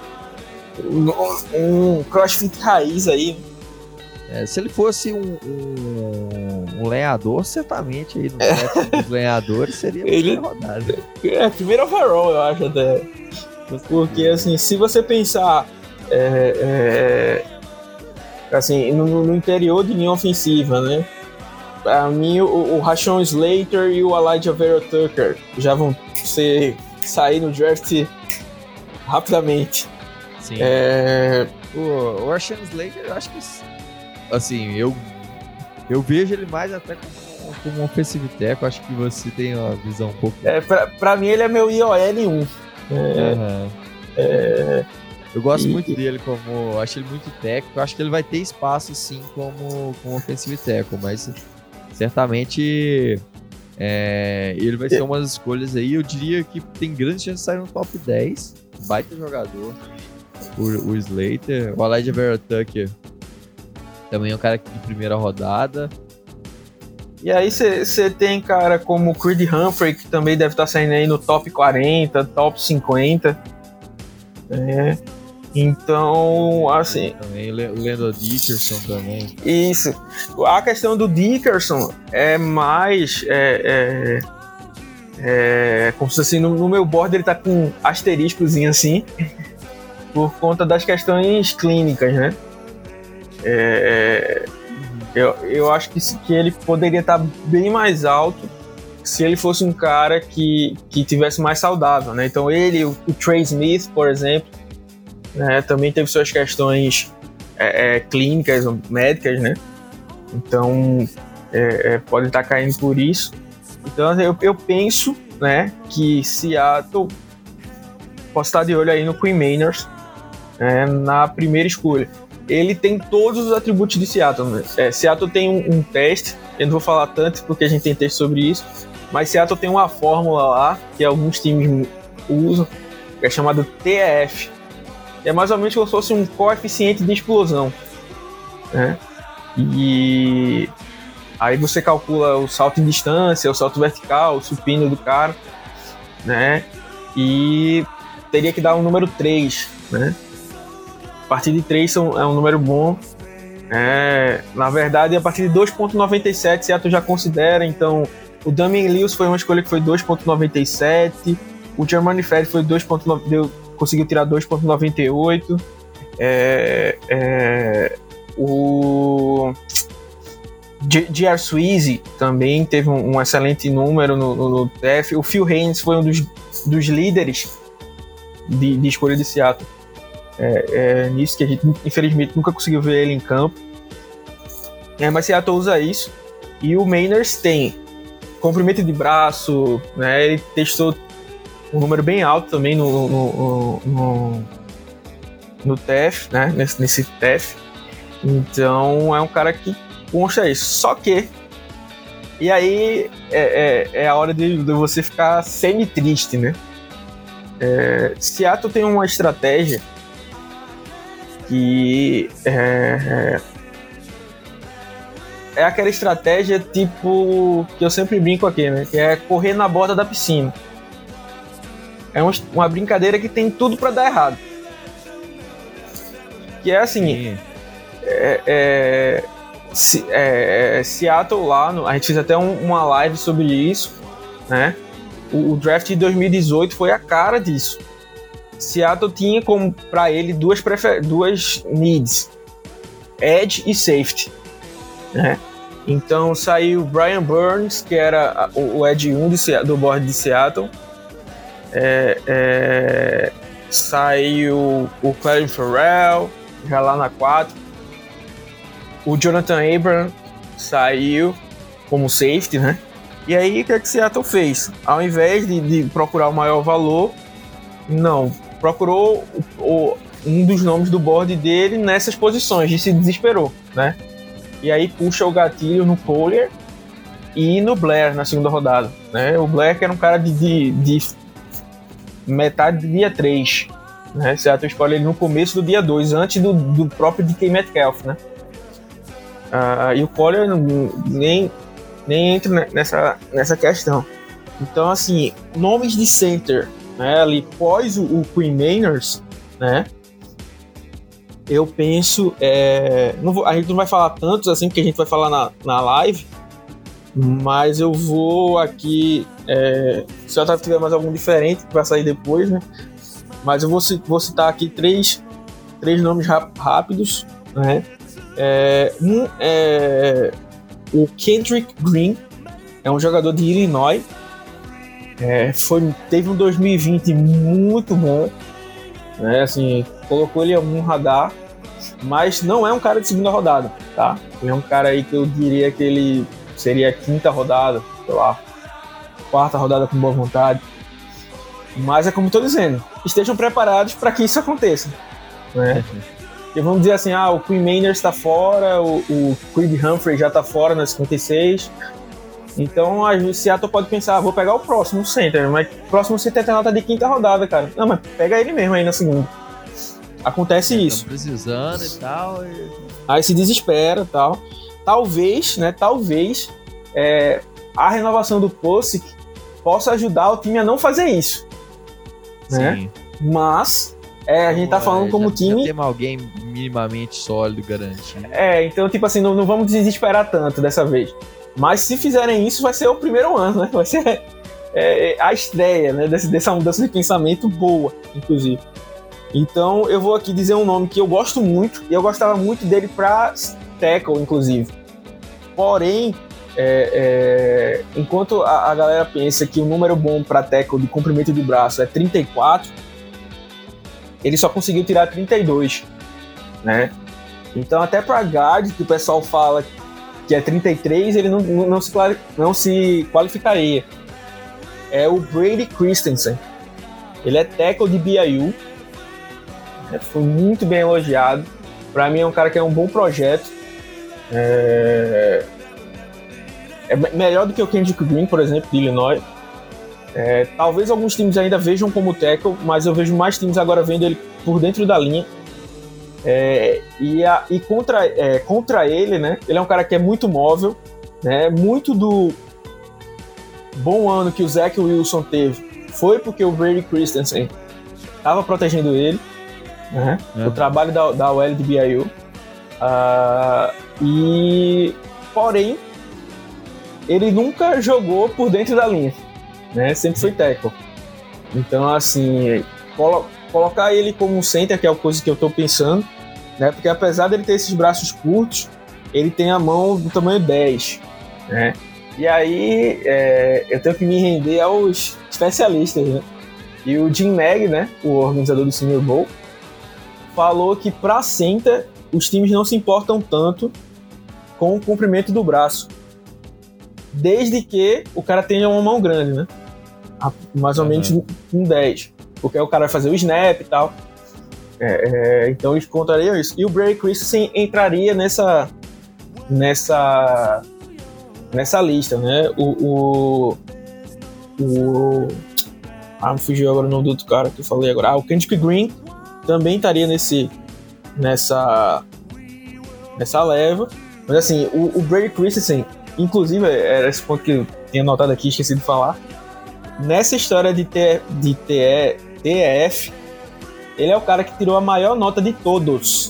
um, um crossfit raiz aí. É, se ele fosse um, um, um lenhador, certamente aí no set dos lenhadores seria ele rodada. É, primeiro overall, eu acho até. Porque, assim, se você pensar é, é, assim, no, no interior de linha ofensiva, né? Pra mim, o, o Rashawn Slater e o Elijah Vera Tucker já vão ser, sair no draft rapidamente. Sim. É... O, o Rashawn Slater, eu acho que, assim, eu, eu vejo ele mais até como, como um offensive tackle. Acho que você tem uma visão um pouco... É, pra, pra mim, ele é meu I O L um. É, uhum. é... Eu gosto e... muito dele como... Acho ele muito técnico. Acho que ele vai ter espaço, sim, como, como offensive tackle. Mas, certamente, é, ele vai ser uma das escolhas aí. Eu diria que tem grandes chances de sair no top dez. Baita jogador. O, o Slater. O Elijah Vera Tucker também é um cara de primeira rodada. E aí você tem cara como o Creed Humphrey, que também deve estar saindo aí no top quarenta, top cinquenta. É... Então, assim... Também, o Landon Dickerson também. Isso. A questão do Dickerson é mais... É, é, é, como se assim, no, no meu board ele tá com asteriscozinho assim, por conta das questões clínicas, né? É, eu, eu acho que, que ele poderia estar bem mais alto se ele fosse um cara que, que tivesse mais saudável, né? Então ele, o, o Trey Smith, por exemplo, né, também teve suas questões é, é, clínicas, médicas, né? Então é, é, pode estar caindo por isso. Então eu, eu penso, né, que Seattle posso estar de olho aí no Quinn Meinerz, né, na primeira escolha. Ele tem todos os atributos de Seattle, né? É, Seattle tem um, um teste, eu não vou falar tanto porque a gente tem texto sobre isso, mas Seattle tem uma fórmula lá que alguns times usam, que é chamado T E F. É mais ou menos como se fosse um coeficiente de explosão, né? E aí você calcula o salto em distância, o salto vertical, o supino do cara, né? E teria que dar um número três, né? A partir de três são, é um número bom. É, na verdade, a partir de dois vírgula noventa e sete, Seattle já considera. Então, o Damian Lewis foi uma escolha que foi dois vírgula noventa e sete. O Germani Fred foi dois vírgula noventa, conseguiu tirar dois vírgula noventa e oito. É, é, o J R. Sweezy também teve um, um excelente número no, no, no T F. O Phil Haynes foi um dos, dos líderes de, de escolha de Seattle. É, é nisso que a gente infelizmente nunca conseguiu ver ele em campo, é, mas Seattle usa isso. E o Meinerz tem comprimento de braço, né? Ele testou um número bem alto também no, no, no, no T F, né? nesse, nesse T F. Então é um cara que consta isso, só que e aí é, é, é a hora de, de você ficar semi-triste, né? É, Seattle tem uma estratégia que é, é, é aquela estratégia tipo que eu sempre brinco aqui, né? Que é correr na borda da piscina. É uma, uma brincadeira que tem tudo para dar errado. Que é assim, é, é, se, é, é, Seattle lá, no, a gente fez até um, uma live sobre isso, né? O, o draft de dois mil e dezoito foi a cara disso. Seattle tinha como para ele duas, prefer- duas needs, edge e safety, né? Então saiu Brian Burns, que era o, o edge um de Seattle, do board de Seattle, é, é, saiu o Clarence Ferrell, já lá na quatro, o Jonathan Abram saiu como safety, né? E aí o que é que Seattle fez? Ao invés de, de procurar o maior valor, não, procurou o, o, um dos nomes do board dele nessas posições e se desesperou, né? E aí puxa o gatilho no Collier e no Blair na segunda rodada, né? O Blair que era um cara de, de, de metade do dia três, né? Seattle escolhe ele no começo do dia dois, antes do, do próprio D K Metcalf, né? Ah, e o Collier nem, nem entra nessa, nessa questão. Então, assim, nomes de center, né, ali pós o, o Quinn Meinerz, né, eu penso, é, não vou, a gente não vai falar tantos assim, porque a gente vai falar na, na live, mas eu vou aqui, é, se o Otávio tiver mais algum diferente, que vai sair depois, né, mas eu vou, vou citar aqui três, três nomes rápidos, né, é, um é o Kendrick Green, é um jogador de Illinois. É, foi, teve um dois mil e vinte muito bom, né? Assim, colocou ele em algum radar, mas não é um cara de segunda rodada, tá? Ele é um cara aí que eu diria que ele seria quinta rodada, sei lá, quarta rodada com boa vontade. Mas é como eu tô dizendo, estejam preparados para que isso aconteça, né? E vamos dizer assim, ah, o Quinn Meinerz está fora, o, o Creed Humphrey já está fora na cinquenta e seis. Então a Seattle pode pensar, ah, vou pegar o próximo center, mas o próximo center tem nota de quinta rodada, cara. Não, mas pega ele mesmo aí na segunda. Acontece isso. Estão precisando e tal. E... Aí se desespera e tal. Talvez, né, talvez é, a renovação do Pocic possa ajudar o time a não fazer isso. Sim. Né? Mas... É, a gente tá falando é, como já, time... Já temos alguém minimamente sólido garantido. É, então, tipo assim, não, não vamos desesperar tanto dessa vez. Mas se fizerem isso, vai ser o primeiro ano, né? Vai ser é, a estreia, né? Desse, dessa mudança de pensamento boa, inclusive. Então, eu vou aqui dizer um nome que eu gosto muito, e eu gostava muito dele pra tackle, inclusive. Porém, é, é, enquanto a, a galera pensa que o número bom pra tackle de comprimento de braço é trinta e quatro, ele só conseguiu tirar trinta e dois, né? Então até para guard, que o pessoal fala que é trinta e três, ele não, não, não, se, não se qualificaria. É o Brady Christensen. Ele é tackle de B Y U, né? Foi muito bem elogiado. Para mim é um cara que é um bom projeto. É, é melhor do que o Kendrick Green, por exemplo, de Illinois. É, talvez alguns times ainda vejam como tackle, mas eu vejo mais times agora vendo ele por dentro da linha. É, e a, e contra, é, contra ele, né? Ele é um cara que é muito móvel, né? Muito do bom ano que o Zach Wilson teve foi porque o Brady Christensen estava protegendo ele, né? É. O trabalho da, da O L de B Y U. Uh, e porém, ele nunca jogou por dentro da linha. Né, sempre foi tackle. Então, assim, colo- colocar ele como um center, que é a coisa que eu tô pensando, né, porque apesar dele ter esses braços curtos, ele tem a mão do tamanho dez, né, e aí é, eu tenho que me render aos especialistas, né, e o Jim Mag, né, o organizador do Senior Bowl, falou que pra center os times não se importam tanto com o comprimento do braço, desde que o cara tenha uma mão grande, né? Mais ou uhum. menos um dez. Porque aí o cara vai fazer o snap e tal. É, é, então eles contariam isso. E o Brady Christensen entraria nessa, nessa, nessa lista, né? O, o, o ah, me fugiu agora o nome do outro cara que eu falei agora. Ah, o Kendrick Green também estaria nesse, nessa, nessa leva. Mas assim, o, o Brady Christensen, inclusive, era esse ponto que eu tinha anotado aqui, esqueci de falar. Nessa história de, T, de T E F, ele é o cara que tirou a maior nota de todos.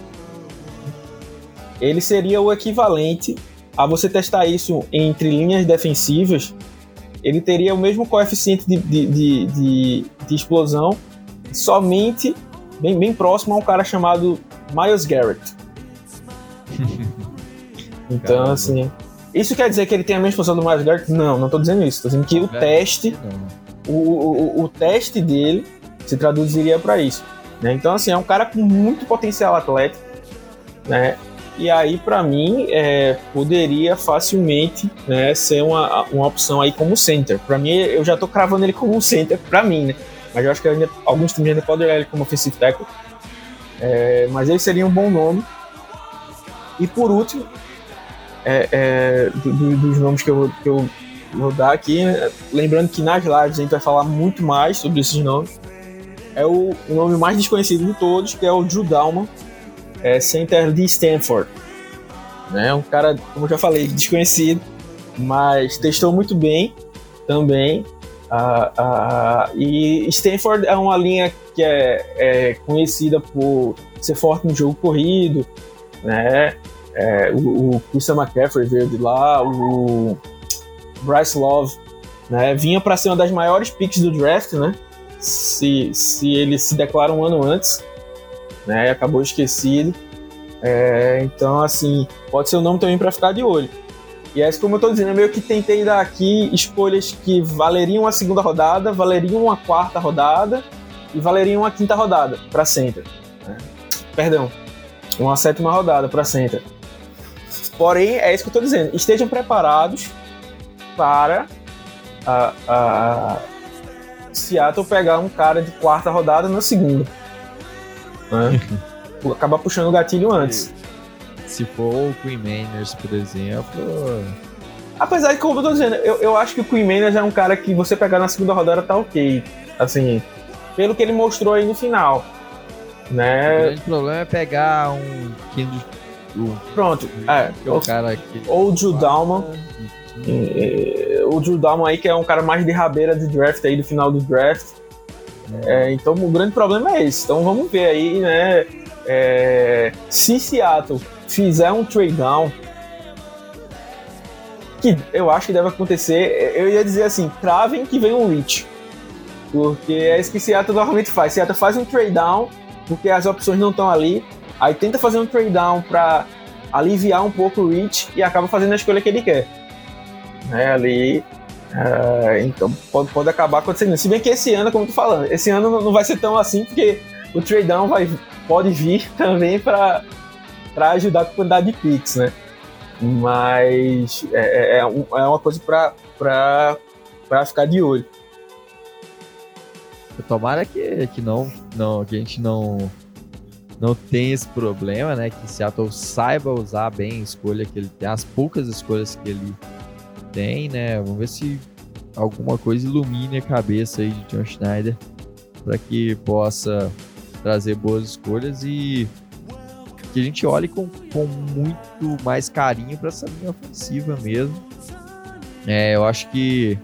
Ele seria o equivalente a você testar isso entre linhas defensivas. Ele teria o mesmo coeficiente de, de, de, de, de explosão, somente bem, bem próximo a um cara chamado Myles Garrett. Então, Caramba. assim... Isso quer dizer que ele tem a mesma explosão do Myles Garrett? Não, não estou dizendo isso. Estou dizendo que o teste, o, o, o teste dele se traduziria para isso. Né? Então, assim, é um cara com muito potencial atlético, né? E aí, para mim, é, poderia facilmente, né, ser uma, uma opção aí como center. Para mim, eu já estou cravando ele como um center, para mim, né? Mas eu acho que ainda, alguns times ainda podem olhar ele como offensive tackle. É, mas ele seria um bom nome. E por último, É, é, do, do, dos nomes que eu, que eu vou dar aqui, né? Lembrando que nas lives a gente vai falar muito mais sobre esses nomes, é o, o nome mais desconhecido de todos, que é o Drew Dalman, é, center de Stanford, né? Um cara, como eu já falei, desconhecido, mas testou muito bem também, ah, ah, e Stanford é uma linha que é, é conhecida por ser forte no jogo corrido, né? É, o, o Christian McCaffrey veio de lá, o Bryce Love, né, vinha para ser uma das maiores picks do draft, né, se, se ele se declara um ano antes, né, acabou esquecido. É, então, assim, pode ser um nome também para ficar de olho. E é como eu tô dizendo, eu meio que tentei dar aqui escolhas que valeriam a segunda rodada, valeriam uma quarta rodada e valeria uma quinta rodada para center. Né? Perdão, uma sétima rodada para center. Porém, é isso que eu estou dizendo. Estejam preparados para a, a Seattle pegar um cara de quarta rodada na segunda. Né? Acabar puxando o gatilho antes. Se for o Quinn Meinerz, por exemplo... Apesar de, como eu tô dizendo, eu, eu acho que o Quinn Meinerz é um cara que você pegar na segunda rodada tá ok. Assim, pelo que ele mostrou aí no final. Né? O grande problema é pegar um... um Pronto. É, o cara que... Ou o Drew Dalman. O Drew Dalman aí, que é um cara mais de rabeira de draft aí, do final do draft. É, então o grande problema é esse. Então vamos ver aí, né? É, se Seattle fizer um trade down, que eu acho que deve acontecer, eu ia dizer assim, travem que vem um reach, porque é isso que Seattle normalmente faz. Seattle faz um trade down porque as opções não estão ali, aí tenta fazer um trade down para aliviar um pouco o reach e acaba fazendo a escolha que ele quer, né, ali. Uh, então pode, pode acabar acontecendo. Se bem que esse ano, como eu tô falando, esse ano não, não vai ser tão assim, porque o trade down vai, pode vir também para ajudar com a quantidade de picks, né? Mas é, é, é uma coisa para ficar de olho. Tomara que, que, não, não, que a gente não, não tenha esse problema, né? Que Seattle saiba usar bem a escolha que ele tem, as poucas escolhas que ele tem, né? Vamos ver se alguma coisa ilumine a cabeça aí de John Schneider para que possa trazer boas escolhas e que a gente olhe com, com muito mais carinho para essa linha ofensiva mesmo. É, eu acho que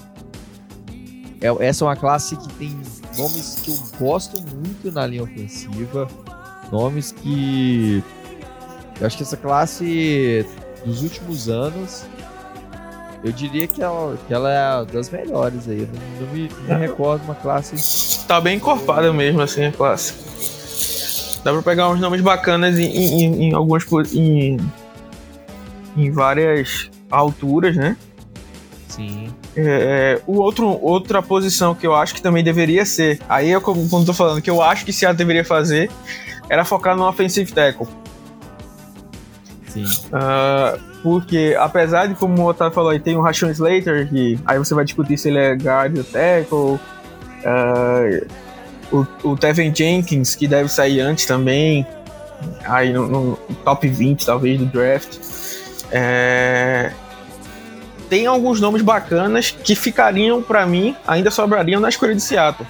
é, essa é uma classe que tem nomes que eu gosto muito na linha ofensiva, nomes que eu acho que essa classe dos últimos anos, eu diria que ela, que ela é das melhores aí. Eu não, não me, me recordo uma classe. Tá bem encorpada mesmo, assim, a classe. Dá pra pegar uns nomes bacanas em, em, em algumas. Em, em várias alturas, né? Sim. É, o outro, outra posição que eu acho que também deveria ser. Aí eu, como tô falando, que eu acho que Seattle deveria fazer era focar no offensive tackle. Sim. Uh, porque, apesar de, como o Otávio falou, aí tem o Rashawn Slater, que aí você vai discutir se ele é guard ou tackle. Uh, o, o Tevin Jenkins, que deve sair antes também, aí no, no top vinte, talvez, do draft. É, tem alguns nomes bacanas que ficariam, pra mim, ainda sobrariam na escolha de Seattle.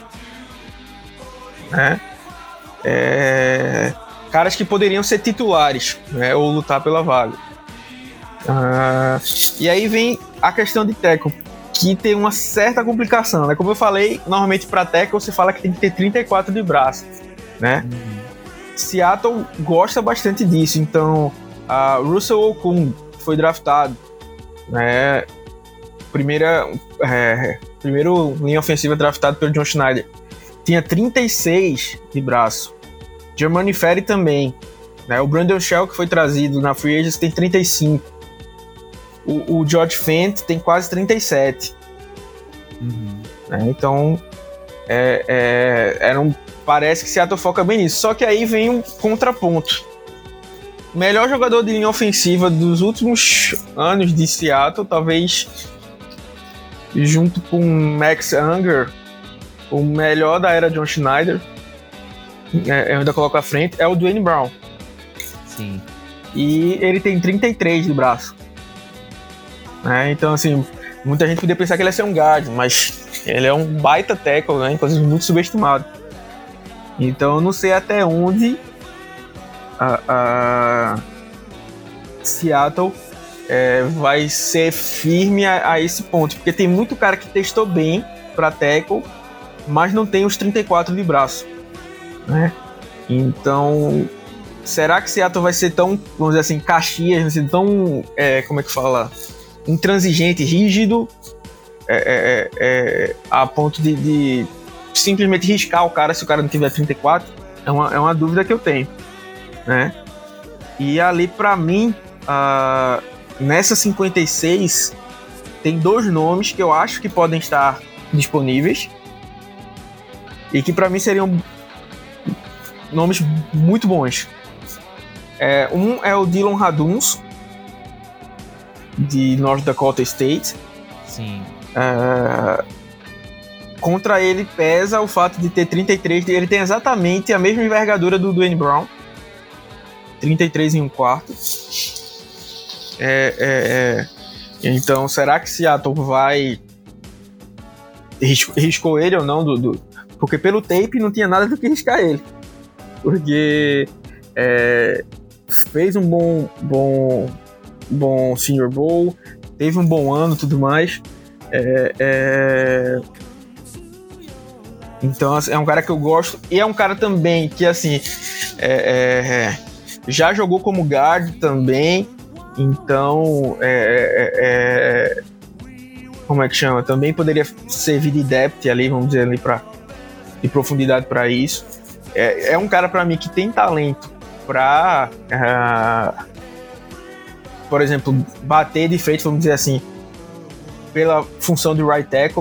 Né? É... Caras que poderiam ser titulares, né, ou lutar pela vaga. Ah, e aí vem a questão de tackle, que tem uma certa complicação, né? Como eu falei, normalmente para tackle você fala que tem que ter trinta e quatro de braço, né? Uhum. Seattle gosta bastante disso, então a Russell Okung foi draftado, né? Primeira, é, primeiro linha ofensiva draftado pelo John Schneider, tinha trinta e seis de braço. Germani Ferry também, né? O Brandon Shell, que foi trazido na Free Agents, tem trinta e cinco. O, o George Fent tem quase trinta e sete. Uhum. Né? Então, é, é, era um, parece que Seattle foca bem nisso. Só que aí vem um contraponto. O melhor jogador de linha ofensiva dos últimos anos de Seattle, talvez junto com Max Unger, o melhor da era John Schneider, é, eu ainda coloco à frente, é o Dwayne Brown. Sim. E ele tem trinta e três de braço. É, então, assim, muita gente podia pensar que ele ia ser um guard, mas ele é um baita tackle, né? Inclusive muito subestimado. Então, eu não sei até onde a, a Seattle é, vai ser firme a, a esse ponto, porque tem muito cara que testou bem pra tackle, mas não tem os trinta e quatro de braço, né? Então, será que Seattle vai ser tão, vamos dizer assim, Caxias, vai ser tão, é, como é que fala, intransigente, rígido, é, é, é, a ponto de, de simplesmente riscar o cara se o cara não tiver trinta e quatro? É uma, é uma dúvida que eu tenho, né? E ali, pra mim, uh, nessa cinquenta e seis, tem dois nomes que eu acho que podem estar disponíveis. e que para mim seriam nomes muito bons. É, um é o Dylan Raduns, de North Dakota State. Sim. É, contra ele pesa o fato de ter trinta e três, ele tem exatamente a mesma envergadura do Dwayne Brown, trinta e três e um quarto. É, é, é. Então, será que Seattle vai riscou, riscou ele ou não? Do, do, porque pelo tape não tinha nada do que riscar ele, porque é, fez um bom, bom, bom Senior Bowl, teve um bom ano e tudo mais. É, é... Então é um cara que eu gosto, e é um cara também que assim é, é, já jogou como guard também. Então, é, é, é, como é que chama? Também poderia servir de depth ali, vamos dizer, ali pra, de profundidade para isso. É, é um cara para mim que tem talento para, uh, por exemplo, bater de frente, vamos dizer assim, pela função de right tackle,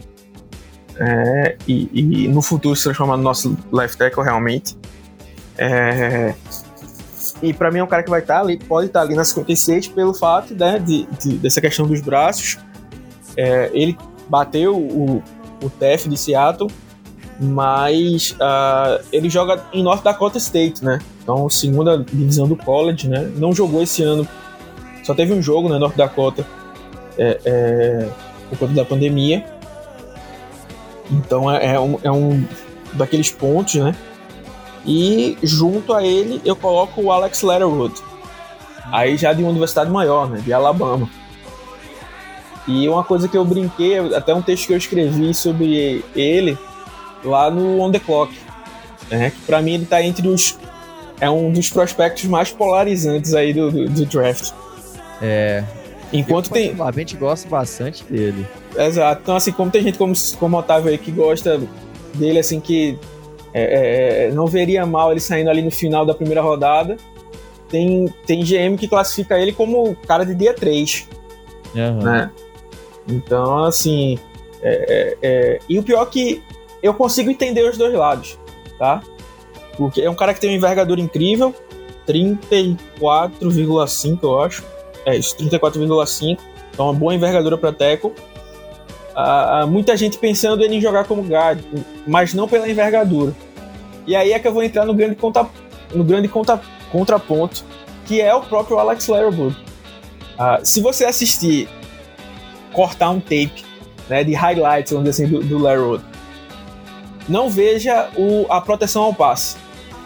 é, e, e no futuro se transformar no nosso left tackle realmente. É, E pra mim é um cara que vai estar ali, pode estar ali na cinquenta e seis pelo fato, né, de, de, dessa questão dos braços. É, ele bateu o, o T F de Seattle, mas uh, ele joga em North Dakota State, né? Então, segunda divisão do college, né? Não jogou esse ano, só teve um jogo na North Dakota é, é, por conta da pandemia. Então é, é, um, é um daqueles pontos, né? E junto a ele eu coloco o Alex Leatherwood, aí já de uma universidade maior, né, de Alabama. E uma coisa que eu brinquei, até um texto que eu escrevi sobre ele lá no On The Clock, né, que pra mim ele tá entre os... é um dos prospectos mais polarizantes aí do, do, do draft. É... Enquanto eu, tem... particularmente gosto bastante dele. Exato. Então assim, como tem gente como, como o Otávio aí que gosta dele, assim, que É, é, não veria mal ele saindo ali no final da primeira rodada. Tem, tem G M que classifica ele como cara de dia três. Uhum. Né? Então, assim... É, é, é, e o pior é que eu consigo entender os dois lados, tá? Porque é um cara que tem uma envergadura incrível, trinta e quatro vírgula cinco, eu acho. É isso, trinta e quatro vírgula cinco. Então, uma boa envergadura para tackle. Uh, muita gente pensando em jogar como guard, mas não pela envergadura. E aí é que eu vou entrar no grande, conta, no grande conta, contraponto, que é o próprio Alex Leatherwood. Uh, se você assistir, cortar um tape, né, de highlights, vamos dizer assim, do, do Leatherwood, não veja o, a proteção ao passe.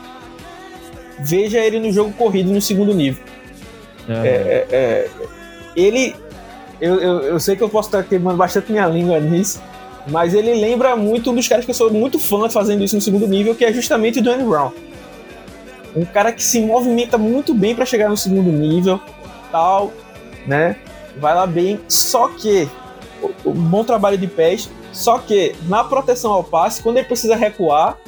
Veja ele no jogo corrido no segundo nível. Uhum. É, é, é, ele... Eu, eu, eu sei que eu posso estar queimando bastante minha língua nisso, mas ele lembra muito um dos caras que eu sou muito fã fazendo isso no segundo nível, que é justamente o Dwayne Brown. Um cara que se movimenta muito bem para chegar no segundo nível, tal, né? Vai lá bem, só que um bom trabalho de pés, só que na proteção ao passe, quando ele precisa recuar,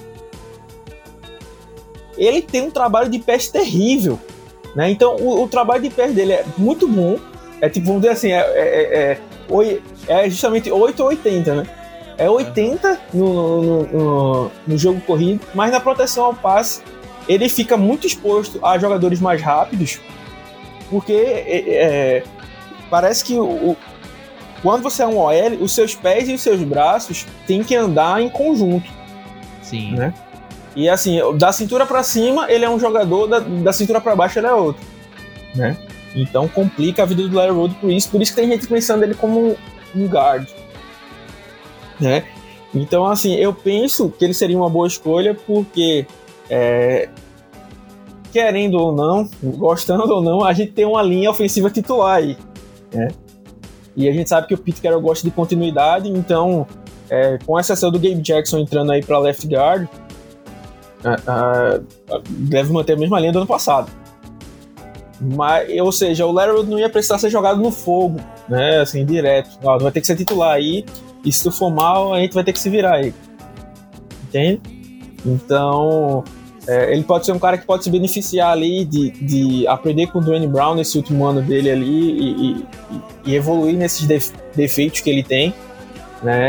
ele tem um trabalho de pés terrível, né? Então o, o trabalho de pés dele é muito bom. É tipo, vamos dizer assim, é, é, é, é justamente oito ou oitenta, né? É oitenta no, no, no, no jogo corrido, mas na proteção ao passe ele fica muito exposto a jogadores mais rápidos, porque é, é, parece que o, quando você é um O L, os seus pés e os seus braços têm que andar em conjunto. Sim. Né? E assim, da cintura para cima ele é um jogador, da, da cintura para baixo ele é outro, né? Então complica a vida do Leatherwood por isso, por isso que tem gente pensando ele como um guard, né? Então assim, eu penso que ele seria uma boa escolha porque é, querendo ou não, gostando ou não, a gente tem uma linha ofensiva titular aí, né? E a gente sabe que o Pete Carroll gosta de continuidade, então é, com exceção do Gabe Jackson entrando aí para left guard, uh, uh, deve manter a mesma linha do ano passado. Mas, ou seja, o Leatherwood não ia precisar ser jogado no fogo, né, assim, direto. Ó, vai ter que ser titular aí, e se tu for mal, a gente vai ter que se virar aí. Entende? Então, é, ele pode ser um cara que pode se beneficiar ali de, de aprender com o Dwayne Brown nesse último ano dele ali e, e, e evoluir nesses def- defeitos que ele tem, né?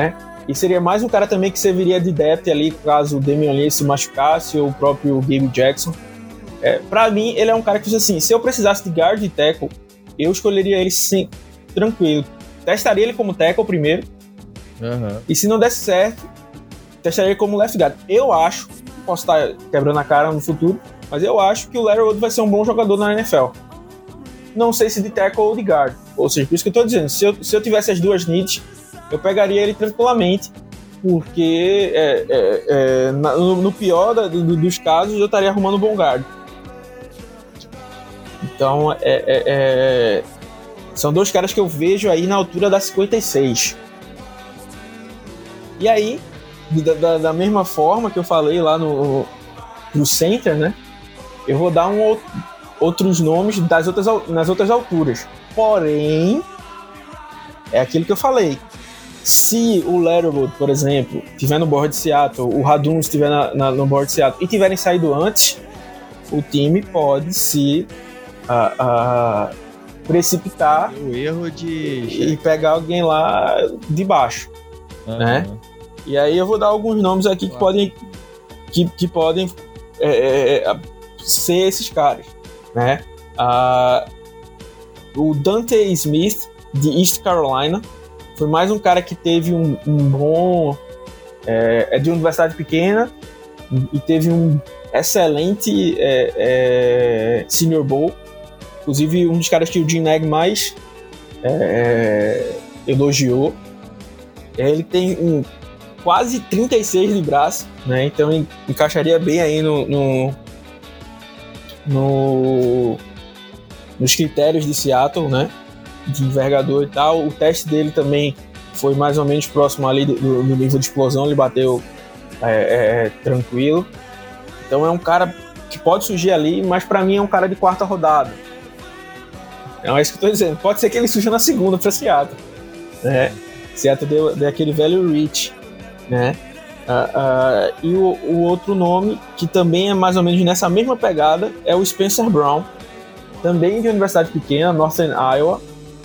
e seria mais um cara também que serviria de depth ali, caso o Damian Lillard se machucasse ou o próprio Gabe Jackson. É, pra mim, ele é um cara que, assim, se eu precisasse de guard e tackle, eu escolheria ele sim, tranquilo. Testaria ele como tackle primeiro, uhum. e se não desse certo, testaria ele como left guard. Eu acho, posso estar quebrando a cara no futuro, mas eu acho que o Larry Odom vai ser um bom jogador na N F L. Não sei se de tackle ou de guard. Ou seja, por isso que eu tô dizendo, se eu, se eu tivesse as duas needs, eu pegaria ele tranquilamente, porque é, é, é, no, no pior da, do, dos casos, eu estaria arrumando um bom guard. Então, é, é, é, são dois caras que eu vejo aí na altura da cinquenta e seis. E aí, da, da, da mesma forma que eu falei lá no, no center, né? Eu vou dar um, outros nomes das outras, nas outras alturas. Porém, é aquilo que eu falei. Se o Letterwood, por exemplo, estiver no board de Seattle, o Radun estiver na, na, no board de Seattle e tiverem saído antes, o time pode se uh, uh, precipitar o erro de... e pegar alguém lá de baixo, uhum. né? E aí eu vou dar alguns nomes aqui claro. que podem, que, que podem é, é, ser esses caras, né? Uh, o Dante Smith, de East Carolina, foi mais um cara que teve um, um bom... É, é de uma universidade pequena e teve um excelente é, é, Senior Bowl. Inclusive, um dos caras que o Jim Nagy mais é, elogiou. Ele tem um, quase trinta e seis de braço, né? Então encaixaria bem aí no, no, no, nos critérios de Seattle, né? De envergadura e tal. O teste dele também foi mais ou menos próximo ali do, do nível de explosão, ele bateu é, é, tranquilo. Então é um cara que pode surgir ali, mas pra mim é um cara de quarta rodada. É isso que eu tô dizendo. Pode ser que ele surja na segunda pra Seattle, né? Seattle deu, deu aquele velho reach, né? Uh, uh, e o, o outro nome, que também é mais ou menos nessa mesma pegada, é o Spencer Brown, também de universidade pequena, Northern Iowa.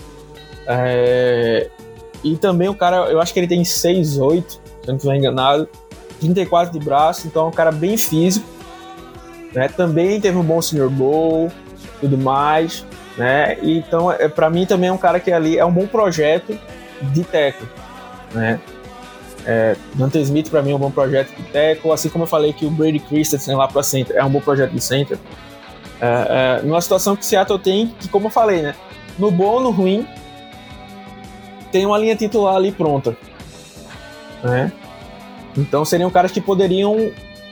É, e também o cara, eu acho que ele tem seis oito, se eu não estiver enganado, trinta e quatro de braço, então é um cara bem físico, né? Também teve um bom Senior Bowl, tudo mais, né? E, então, é, pra mim também é um cara que ali é um bom projeto de tackle, né? É, Dante Smith pra mim é um bom projeto de tackle, assim como eu falei que o Brady Christensen lá pra center é um bom projeto de center. É, é, numa situação que o Seattle tem, que como eu falei, né? No bom ou no ruim, tem uma linha titular ali pronta, né? Então seriam caras que poderiam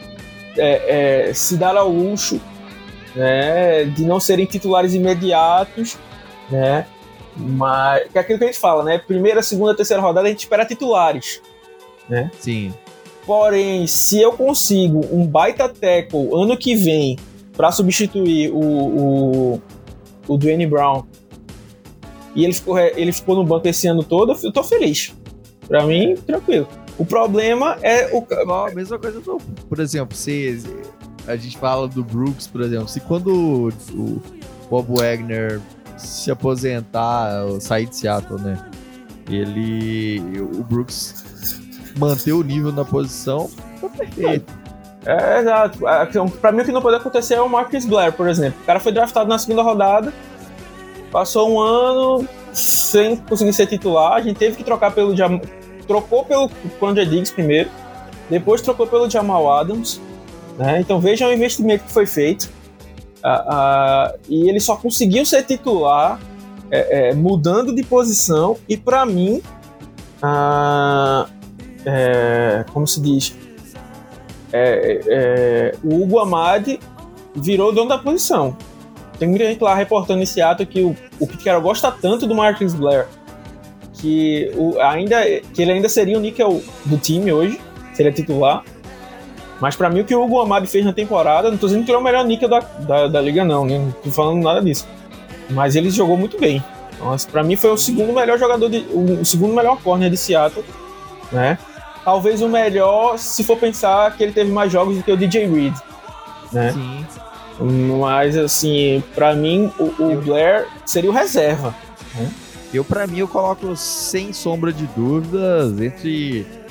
é, é, se dar ao luxo, né, de não serem titulares imediatos, né? Mas que é aquilo que a gente fala, né? Primeira, segunda, terceira rodada a gente espera titulares, né? Sim. Porém, se eu consigo um baita tackle ano que vem para substituir o, o, o Duane Brown e ele ficou, ele ficou no banco esse ano todo, eu tô feliz. Pra mim, tranquilo. O problema é o... Igual, a mesma coisa, do, por exemplo, se a gente fala do Brooks, por exemplo, se quando o, o Bob Wagner se aposentar, ou sair de Seattle, né, ele, o Brooks manter o nível na posição, tá perfeito. É, exato. Pra mim, o que não pode acontecer é o Marcus Blair, por exemplo. O cara foi draftado na segunda rodada, passou um ano sem conseguir ser titular, a gente teve que trocar pelo Jam... trocou pelo Quandre Diggs primeiro, depois trocou pelo Jamal Adams, né? Então vejam o investimento que foi feito, uh, uh, e ele só conseguiu ser titular é, é, mudando de posição, e pra mim uh, é, como se diz, é, é, o Hugo Amadi virou dono da posição. Tem muita gente lá reportando em Seattle que o, o Pete Carroll gosta tanto do Marcus Blair que, o, ainda, que ele ainda seria o níquel do time hoje, seria titular. Mas pra mim o que o Hugo Amadi fez na temporada, não tô dizendo que ele é o melhor níquel da, da, da liga não, né? Não tô falando nada disso. Mas ele jogou muito bem. Nossa, pra mim foi o segundo melhor jogador, de, o segundo melhor corner de Seattle, né? Talvez o melhor, se for pensar que ele teve mais jogos do que o D J Reed, né? Sim. Mas, assim, pra mim, o, o Blair seria o reserva, né? Eu, pra mim, eu coloco sem sombra de dúvidas entre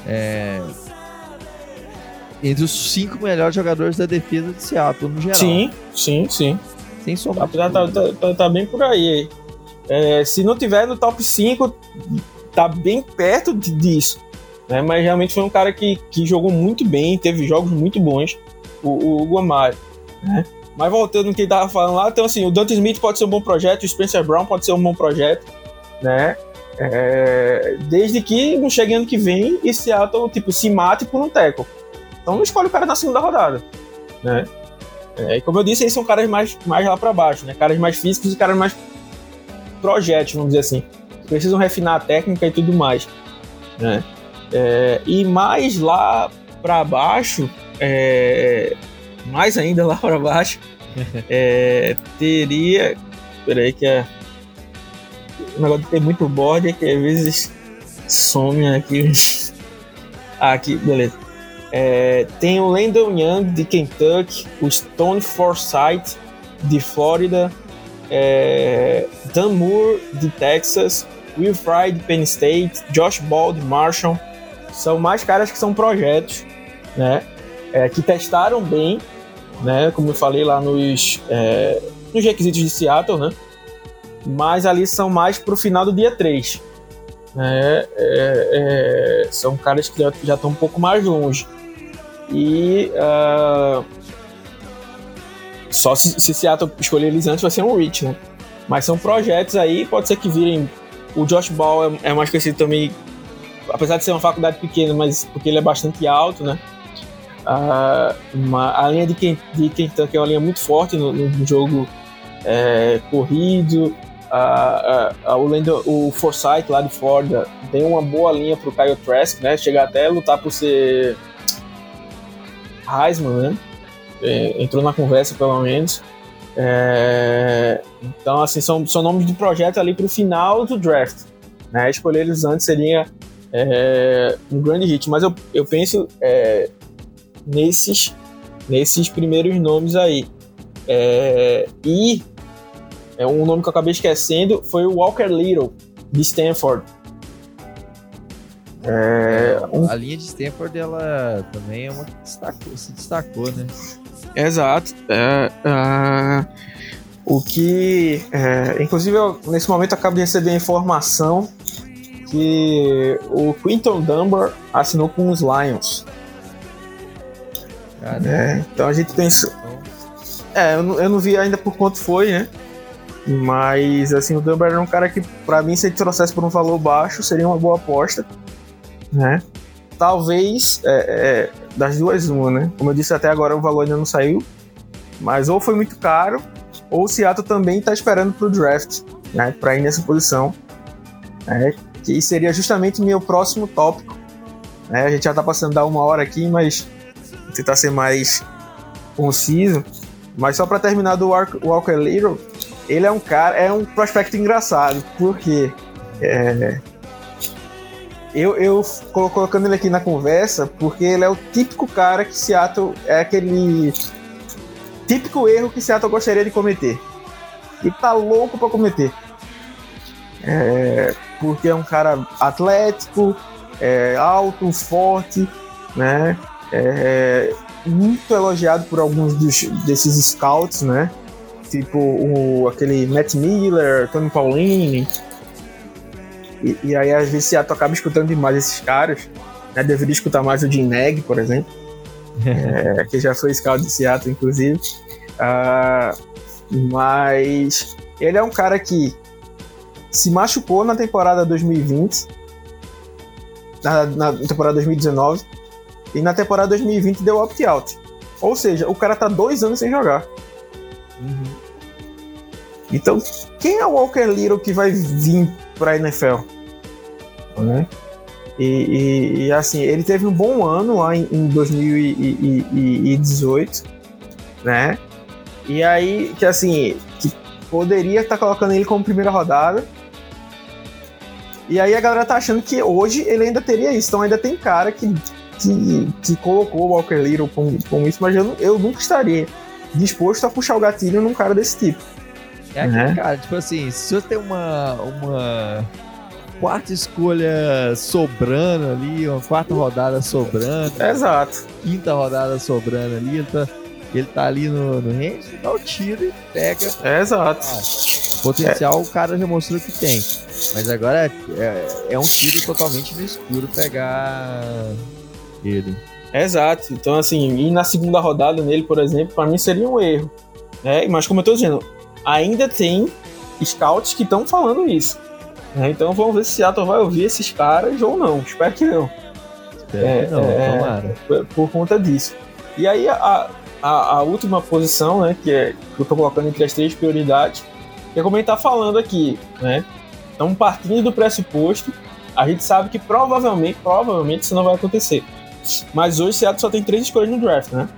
é, entre os cinco melhores jogadores da defesa de Seattle no geral. Sim, sim, sim. Sem sombra. Tá, tá, tá, tá, tá bem por aí. É, se não tiver no top cinco, tá bem perto de, disso. Né? Mas realmente foi um cara que, que jogou muito bem, teve jogos muito bons, o, o Hugo Amaro. Né? Mas voltando no que ele tava falando lá, então assim, o Dante Smith pode ser um bom projeto, o Spencer Brown pode ser um bom projeto, né? É, desde que não chegue ano que vem e Seattle tipo, se mate por um tackle. Então não escolhe o cara na segunda rodada. Né? É, e como eu disse, eles são caras mais, mais lá pra baixo, né? Caras mais físicos e caras mais projetos, vamos dizer assim. Precisam refinar a técnica e tudo mais. Né? É, e mais lá pra baixo, é, mais ainda lá pra baixo, é, teria. Peraí, que é. O negócio de ter muito board é que às vezes some aqui. Ah, aqui, beleza. É, tem o Landon Young de Kentucky, o Stone Forsythe de Flórida, é, Dan Moore de Texas, Will Fry de Penn State, Josh Ball de Marshall. São mais caras que são projetos, né? É, que testaram bem, né? Como eu falei lá nos, é, nos requisitos de Seattle, né? Mas ali são mais pro final do dia três. Né? É, é, são caras que já estão um pouco mais longe. E uh, só se, se Seattle escolher eles antes vai ser um reach, né? Mas são projetos aí, pode ser que virem. O Josh Ball é, é mais conhecido também, apesar de ser uma faculdade pequena, mas porque ele é bastante alto, né? Uh, uma, a linha de, Ken, de Kentucky é uma linha muito forte no, no jogo é, corrido. Uh, uh, uh, o, Lando, o Forsythe lá de Florida tem uma boa linha pro Kyle Trask, né? Chegar até lutar por ser Heisman, né? É, entrou na conversa pelo menos. É, então, assim, são, são nomes de projeto ali pro final do draft, né? Escolher eles antes seria é, um grande hit, mas eu, eu penso é, nesses, nesses primeiros nomes aí. É, e é, um nome que eu acabei esquecendo foi o Walker Little, de Stanford. É, um... A linha de Stanford, ela também é uma que destacou, se destacou, né? Exato. É, é, o que... É, inclusive, eu, nesse momento, eu acabo de receber a informação que o Quinton Dunbar assinou com os Lions. É, então a gente pensou... É, eu não, eu não vi ainda por quanto foi, né? Mas, assim, o Dunbar era um cara que, pra mim, se ele trouxesse por um valor baixo, seria uma boa aposta. Né? Talvez é, é, das duas uma, né? Como eu disse até agora, o valor ainda não saiu, mas ou foi muito caro, ou o Seattle também está esperando para o draft, né? Para ir nessa posição, né? Que seria justamente meu próximo tópico, né? A gente já está passando da uma hora aqui, mas vou tentar ser mais conciso. Mas só para terminar do Walker Little, ele é um cara, é um prospecto engraçado, porque é, Eu, eu colocando ele aqui na conversa porque ele é o típico cara que Seattle é aquele típico erro que Seattle gostaria de cometer e tá louco pra cometer, é, porque é um cara atlético, é, alto, forte, né? É, muito elogiado por alguns dos, desses scouts, né? Tipo o, aquele Matt Miller, Tony Paulini. E, e aí, às vezes, Seattle acaba escutando demais esses caras, né? Deveria escutar mais o Jim Nagy, por exemplo, é, que já foi scout de Seattle, inclusive. Uh, mas ele é um cara que se machucou na temporada dois mil e vinte, na, na temporada dois mil e dezenove, e na temporada dois mil e vinte deu opt-out. Ou seja, o cara tá dois anos sem jogar. Uhum. Então, quem é o Walker Little que vai vir pra N F L? Né? E, e, e assim, ele teve um bom ano lá em, em dois mil e dezoito, né? E aí, que assim, que poderia estar tá colocando ele como primeira rodada. E aí a galera tá achando que hoje ele ainda teria isso. Então ainda tem cara que, que, que colocou o Walker Little como, como isso, mas eu, eu nunca estaria disposto a puxar o gatilho num cara desse tipo. É aquele, né? Cara, tipo assim, se você tem uma, uma, quarta escolha sobrando ali, uma quarta rodada sobrando. Exato. Quinta rodada sobrando ali, ele tá, ele tá ali no, no range, dá o tiro e pega. Exato. Ah, potencial é. O cara já mostrou que tem. Mas agora é, é, é um tiro totalmente no escuro pegar ele. Exato. Então, assim, ir na segunda rodada nele, por exemplo, pra mim seria um erro. Né? Mas como eu tô dizendo, ainda tem scouts que estão falando isso. Né? Então vamos ver se Seattle vai ouvir esses caras ou não. Espero que não. Espero é, que não, é, tomara. Por, por conta disso. E aí a, a, a última posição, né, que, é, que eu tô colocando entre as três prioridades, que é como a gente tá falando aqui, né? Então, partindo do pressuposto, a gente sabe que provavelmente, provavelmente isso não vai acontecer. Mas hoje Seattle só tem três escolhas no draft, né?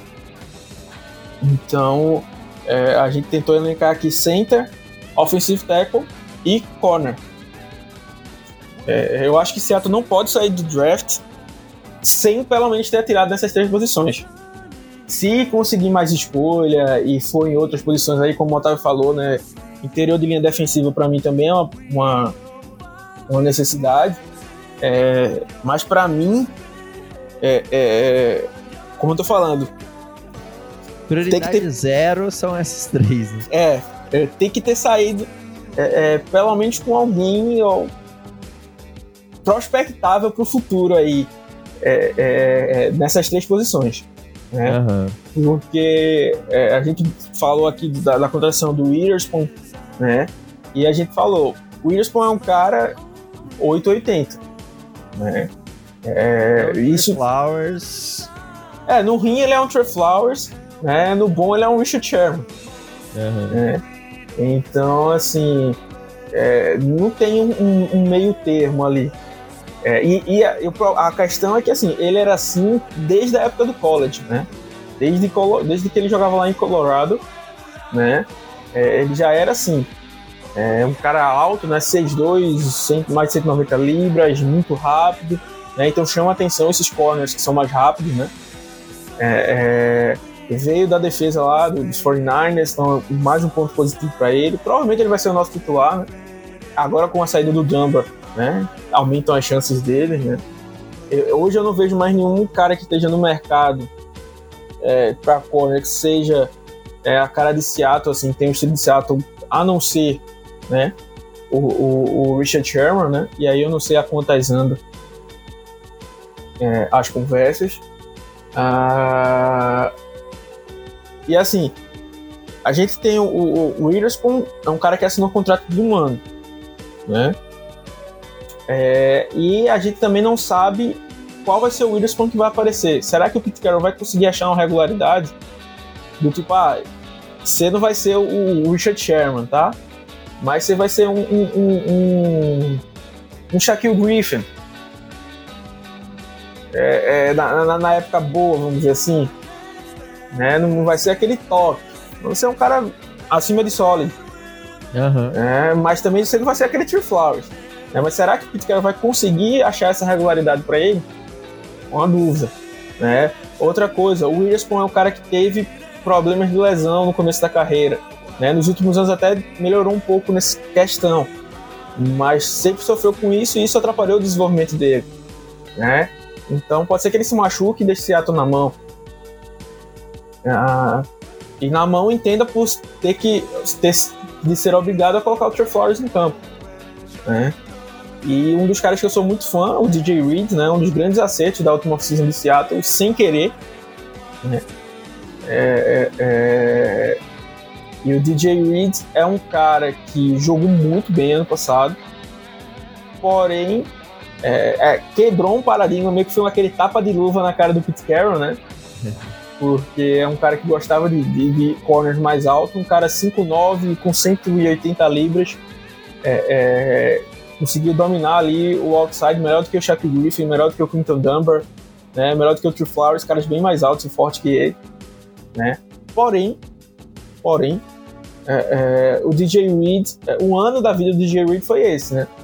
Então, é, a gente tentou elencar aqui center, offensive tackle e corner. É, eu acho que Seattle não pode sair do draft sem pelo menos ter atirado nessas três posições. Se conseguir mais escolha e for em outras posições aí, como o Otávio falou, né? Interior de linha defensiva para mim também é uma, uma, uma necessidade. É, mas para mim, é, é, como eu tô falando, prioridade tem que ter, zero são esses três. Né? É, é, tem que ter saído é, é, pelo menos com alguém ó, prospectável para o futuro aí é, é, é, nessas três posições. Né? Uhum. Porque é, a gente falou aqui da, da contratação do Witherspoon, né? E a gente falou, o Witherspoon é um cara oito oitenta, né? É, é isso. Flowers. É, no rim ele é um Trey Flowers, né? No bom ele é um Richard Sherman. Uhum. Né? Então, assim, é, não tem um, um meio termo ali. É, e e a, a questão é que, assim, ele era assim desde a época do college, né? Desde, desde que ele jogava lá em Colorado, né? É, ele já era assim. É um cara alto, né? seis dois, mais de cento e noventa libras, muito rápido, né? Então chama atenção esses corners que são mais rápidos, né? É, é, veio da defesa lá dos quarenta e nove ers, então mais um ponto positivo para ele. Provavelmente ele vai ser o nosso titular, né? Agora com a saída do Dunbar, né? Aumentam as chances dele, né? Eu, hoje eu não vejo mais nenhum cara que esteja no mercado é, para corner que seja é, a cara de Seattle, assim, tem o estilo de Seattle, a não ser, né, o, o, o Richard Sherman, né? E aí eu não sei a quantas andam é, as conversas. Ah, e assim, a gente tem o, o, o Witherspoon, é um cara que assinou um contrato de um ano, né? É, e a gente também não sabe qual vai ser o Witherspoon que vai aparecer. Será que o Pete Carroll vai conseguir achar uma regularidade? Do tipo, ah, você não vai ser o, o Richard Sherman, tá? Mas você vai ser um um, um, um, um Shaquille Griffin. É, é, na, na época boa, vamos dizer assim. Né? Não vai ser aquele toque. Vai ser um cara acima de sólido. Uhum. É, mas também você não vai ser aquele Trey Flowers. É, mas será que o Pete Carroll vai conseguir achar essa regularidade para ele? Uma dúvida. Né? Outra coisa, o Witherspoon é um cara que teve problemas de lesão no começo da carreira. Né? Nos últimos anos até melhorou um pouco nessa questão, mas sempre sofreu com isso e isso atrapalhou o desenvolvimento dele. Né? Então pode ser que ele se machuque e deixe Seattle na mão. Ah, e na mão entenda por ter que ter, de ser obrigado a colocar o Trey Flowers no campo. Né? E um dos caras que eu sou muito fã, o D J Reed, né? Um dos grandes acertos da última off-season de Seattle, sem querer. Né? É, é, é... E o D J Reed é um cara que jogou muito bem ano passado, porém é, é, quebrou um paradigma, meio que foi aquele tapa de luva na cara do Pete Carroll, né? Porque é um cara que gostava de, de, de corners mais altos, um cara cinco nove com cento e oitenta libras, é, é, conseguiu dominar ali o outside melhor do que o Shaquille Griffin, melhor do que o Quinton Dunbar, né? Melhor do que o Trey Flowers, caras bem mais altos e fortes que ele. Né? Porém, porém é, é, o D J Reed, o ano da vida do D J Reed foi esse, né?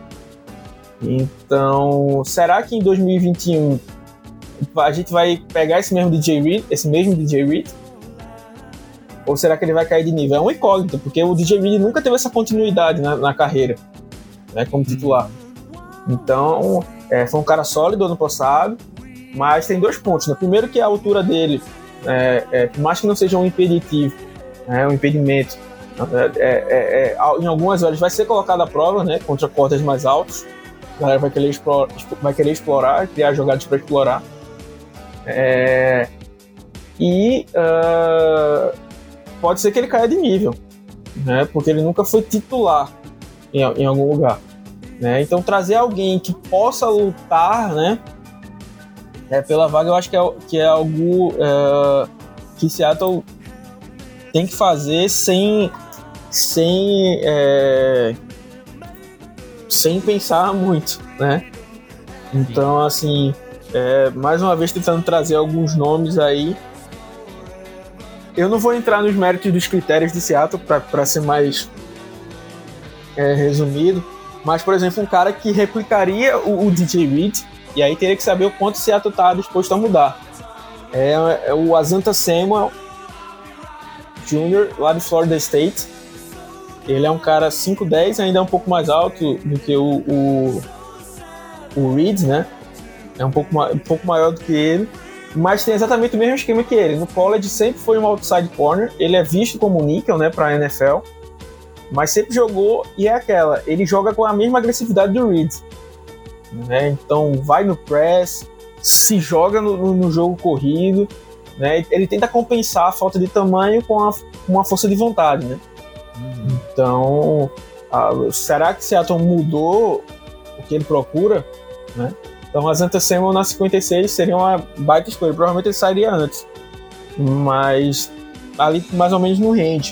Então, será que em dois mil e vinte e um a gente vai pegar esse mesmo D J Reed, esse mesmo D J Reed? Ou será que ele vai cair de nível? É um incógnito, porque o D J Reed nunca teve essa continuidade na, na carreira, né, como titular. Então, é, foi um cara sólido ano passado, mas tem dois pontos, né? Primeiro que a altura dele, é, é, por mais que não seja um impeditivo, é, um impedimento, é, é, é, em algumas horas vai ser colocado à prova, né? Contra cordas mais altos. A galera vai querer explorar, vai querer explorar criar jogadas para explorar. É, e uh, pode ser que ele caia de nível, né? Porque ele nunca foi titular em, em algum lugar, né? Então trazer alguém que possa lutar, né, é, pela vaga, eu acho que é, que é algo uh, que Seattle tem que fazer sem sem é, sem pensar muito, né? Então, assim, é, mais uma vez tentando trazer alguns nomes aí. Eu não vou entrar nos méritos dos critérios de Seattle para ser mais é, resumido, mas, por exemplo, um cara que replicaria o, o D J Reed, e aí teria que saber o quanto o Seattle está disposto a mudar. É, é o Asante Samuel Júnior, lá de Florida State. Ele é um cara cinco dez, ainda é um pouco mais alto do que o, o, o Reed, né? É um pouco, um pouco maior do que ele, mas tem exatamente o mesmo esquema que ele. No college sempre foi um outside corner, ele é visto como níquel, né, para a N F L, mas sempre jogou, e é aquela, ele joga com a mesma agressividade do Reed, né? Então vai no press, se joga no, no, no jogo corrido, né? Ele tenta compensar a falta de tamanho com a, uma força de vontade, né? Uhum. Então, a, será que Seattle mudou o que ele procura, né? Então, a Asante Samuel na cinquenta e seis seria uma baita escolha. Provavelmente ele sairia antes, mas ali mais ou menos no range.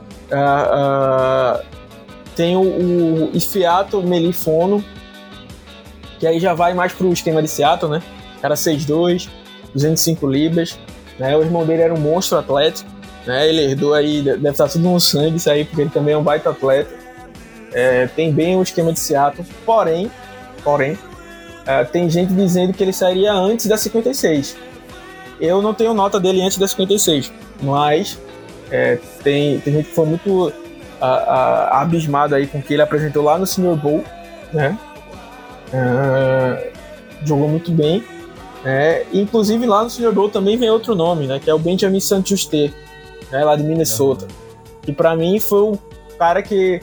Uh, uh, tem o, o Ifeatu Melifongo, que aí já vai mais pro esquema de Seattle, né? Cara seis dois, duzentas e cinco libras, né? O irmão dele era um monstro atlético, né? Ele herdou aí, deve estar tudo no sangue isso aí, porque ele também é um baita atleta. É, tem bem o esquema de Seattle, porém, porém Uh, tem gente dizendo que ele sairia antes da cinquenta e seis. Eu não tenho nota dele antes da cinquenta e seis, mas é, tem, tem gente que foi muito uh, uh, abismada aí com o que ele apresentou lá no Senior Bowl, né? Uh, jogou muito bem. É, inclusive lá no Senior Bowl também vem outro nome, né? Que é o Benjamin Saint-Juste, né, lá de Minnesota. Que pra mim foi o cara que...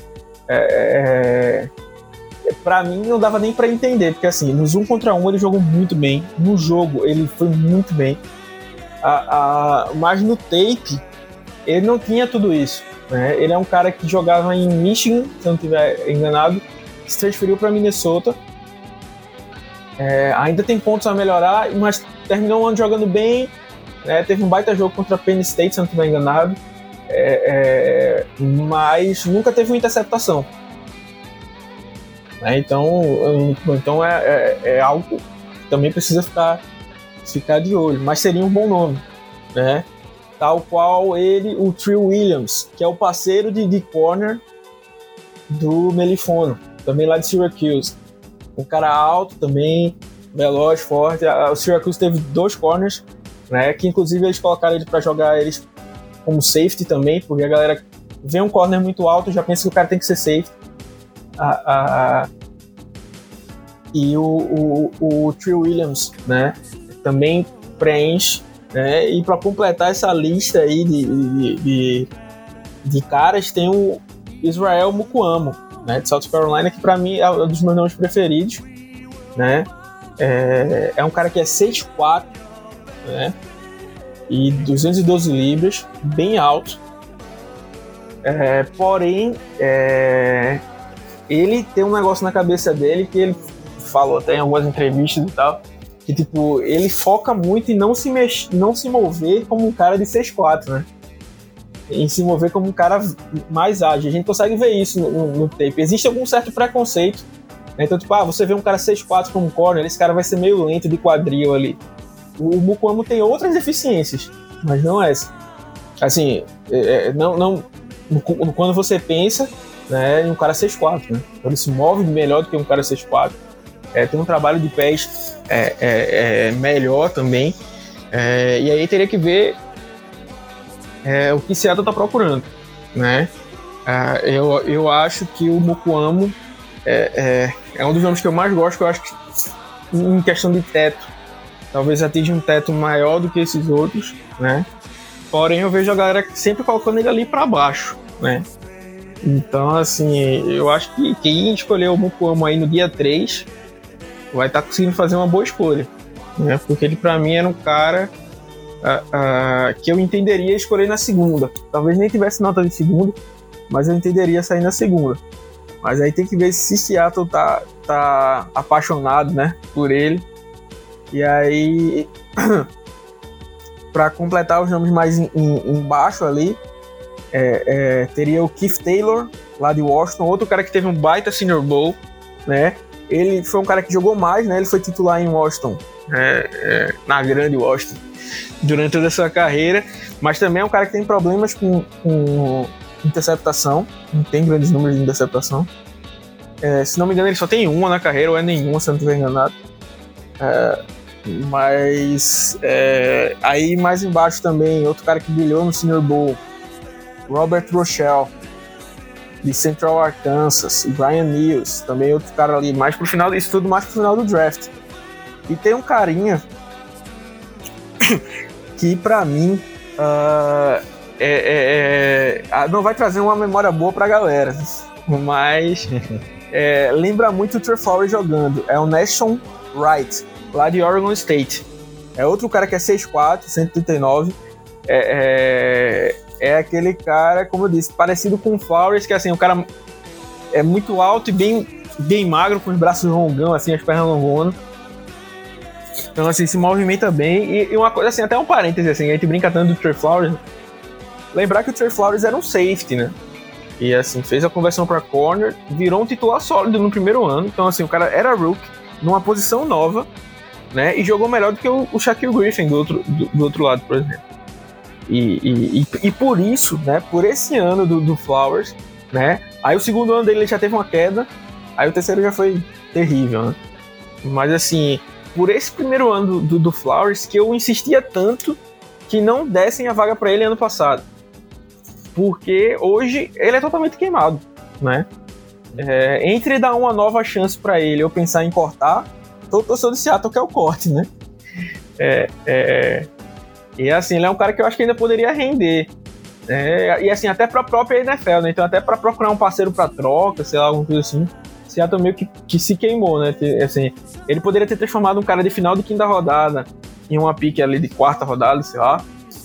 É, é, pra mim não dava nem pra entender, porque assim, nos um contra um ele jogou muito bem, no jogo ele foi muito bem, a, a, mas no tape ele não tinha tudo isso, né? Ele é um cara que jogava em Michigan, se eu não estiver enganado, se transferiu pra Minnesota, é, ainda tem pontos a melhorar, mas terminou o ano jogando bem, né? Teve um baita jogo contra a Penn State, se eu não estiver enganado, é, é, mas nunca teve uma interceptação. Então, então é, é, é algo que também precisa ficar, ficar de olho, mas seria um bom nome, né? Tal qual ele, o Trill Williams, que é o parceiro de, de corner do Melifongo, também lá de Syracuse. Um cara alto também, veloz, forte. O Syracuse teve dois corners, né? Que inclusive eles colocaram ele para jogar eles como safety também, porque a galera vê um corner muito alto e já pensa que o cara tem que ser safety. A, a, a, e o, o, o Trill Williams, né, também preenche, né, e para completar essa lista aí de, de, de, de caras, tem o Israel Mukuamu, né, de South Carolina, que para mim é um dos meus nomes preferidos, né, é, é um cara que é seis quatro, né, e duzentas e doze libras, bem alto, é, porém, é, ele tem um negócio na cabeça dele que ele falou até em algumas entrevistas e tal, que tipo, ele foca muito em não se, mex- não se mover como um cara de seis quatro, né? Em se mover como um cara mais ágil. A gente consegue ver isso no, no, no tape. Existe algum certo preconceito, né? Então, tipo, ah, você vê um cara seis quatro como corner, esse cara vai ser meio lento de quadril ali. O, o Mukuamu tem outras deficiências, mas não essa. Assim, é, não, não, quando você pensa, né, em um cara seis quatro, né? Então ele se move melhor do que um cara seis quatro. É, tem um trabalho de pés é, é, é, melhor também. É, e aí teria que ver é, o que Seattle está procurando, né? É, eu, eu acho que o Mukuamu é, é, é um dos nomes que eu mais gosto, que eu acho que em questão de teto, talvez atinja um teto maior do que esses outros, né? Porém, eu vejo a galera sempre colocando ele ali para baixo, né? Então, assim, eu acho que quem escolheu o Mukuamo aí no dia três vai estar tá conseguindo fazer uma boa escolha, né? Porque ele, para mim, era um cara uh, uh, que eu entenderia escolher na segunda. Talvez nem tivesse nota de segunda, mas eu entenderia sair na segunda. Mas aí tem que ver se Seattle tá, tá apaixonado, né, por ele. E aí, para completar os nomes mais em, em, embaixo ali, é, é, teria o Keith Taylor, lá de Washington, outro cara que teve um baita Senior Bowl, né? Ele foi um cara que jogou mais, né? Ele foi titular em Washington, é, é, na grande Washington, durante toda a sua carreira, mas também é um cara que tem problemas com, com interceptação, não tem grandes números de interceptação. É, se não me engano, ele só tem uma na carreira, ou é nenhuma, se eu não estiver enganado. É, mas é, aí mais embaixo também, outro cara que brilhou no Senior Bowl, Robert Rochelle, de Central Arkansas, Brian Mills, também outro cara ali, mais pro final, isso tudo mais pro final do draft. E tem um carinha que pra mim uh, é, é, é, não vai trazer uma memória boa pra galera, mas é, lembra muito o Trey Flowers jogando. É o Nashon Wright, lá de Oregon State. É outro cara que é seis quatro, cento e trinta e nove. É, é, é aquele cara, como eu disse, parecido com o Flowers, que assim, o cara é muito alto e bem, bem magro, com os braços longão, assim, as pernas longonas. Então, assim, se movimenta bem. E, e uma coisa assim, até um parêntese, assim, a gente brinca tanto do Trey Flowers. Lembrar que o Trey Flowers era um safety, né? E assim, fez a conversão para corner, virou um titular sólido no primeiro ano. Então, assim, o cara era rookie, numa posição nova, né? E jogou melhor do que o, o Shaquille Griffin do outro, do, do outro lado, por exemplo. E, e, e, e por isso, né? Por esse ano do, do Flowers, né? Aí o segundo ano dele ele já teve uma queda, aí o terceiro já foi terrível, né? Mas assim, por esse primeiro ano do, do, do Flowers que eu insistia tanto que não dessem a vaga para ele ano passado. Porque hoje ele é totalmente queimado, né? É, entre dar uma nova chance para ele ou pensar em cortar, todo torcedor de Seattle quer o corte, né? É, é, e assim, ele é um cara que eu acho que ainda poderia render. É, e assim, até para a própria N F L, né? Então até para procurar um parceiro para troca, sei lá, alguma coisa assim. Seattle meio que, que se queimou, né? Que, assim, ele poderia ter transformado um cara de final de quinta rodada em uma pique ali de quarta rodada, sei lá.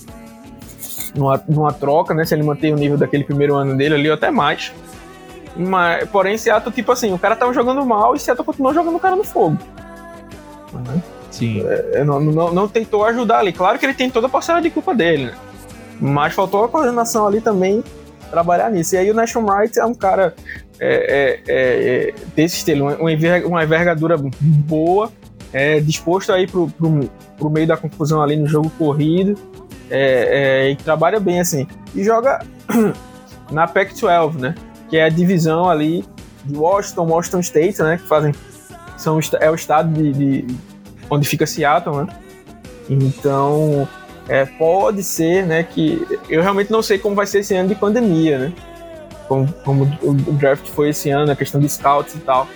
Numa, numa troca, né? Se ele manter o nível daquele primeiro ano dele ali, ou até mais. Mas, porém, Seattle, tipo assim, o cara tava jogando mal e Seattle continuou jogando o cara no fogo. Uhum. Sim. É, não, não, não tentou ajudar ali. Claro que ele tem toda a parcela de culpa dele, né? Mas faltou a coordenação ali também trabalhar nisso. E aí o Nashon Wright é um cara é, é, é, desse estilo, uma, uma envergadura boa, é, disposto a ir pro, pro, pro meio da confusão ali no jogo corrido. É, é, e trabalha bem assim, e joga na Pac doze, né, que é a divisão ali de Washington, Washington State, né, que fazem, são, é o estado de, de onde fica Seattle, né, então é, pode ser, né, que eu realmente não sei como vai ser esse ano de pandemia, né, como, como o draft foi esse ano, a questão de scouts e tal,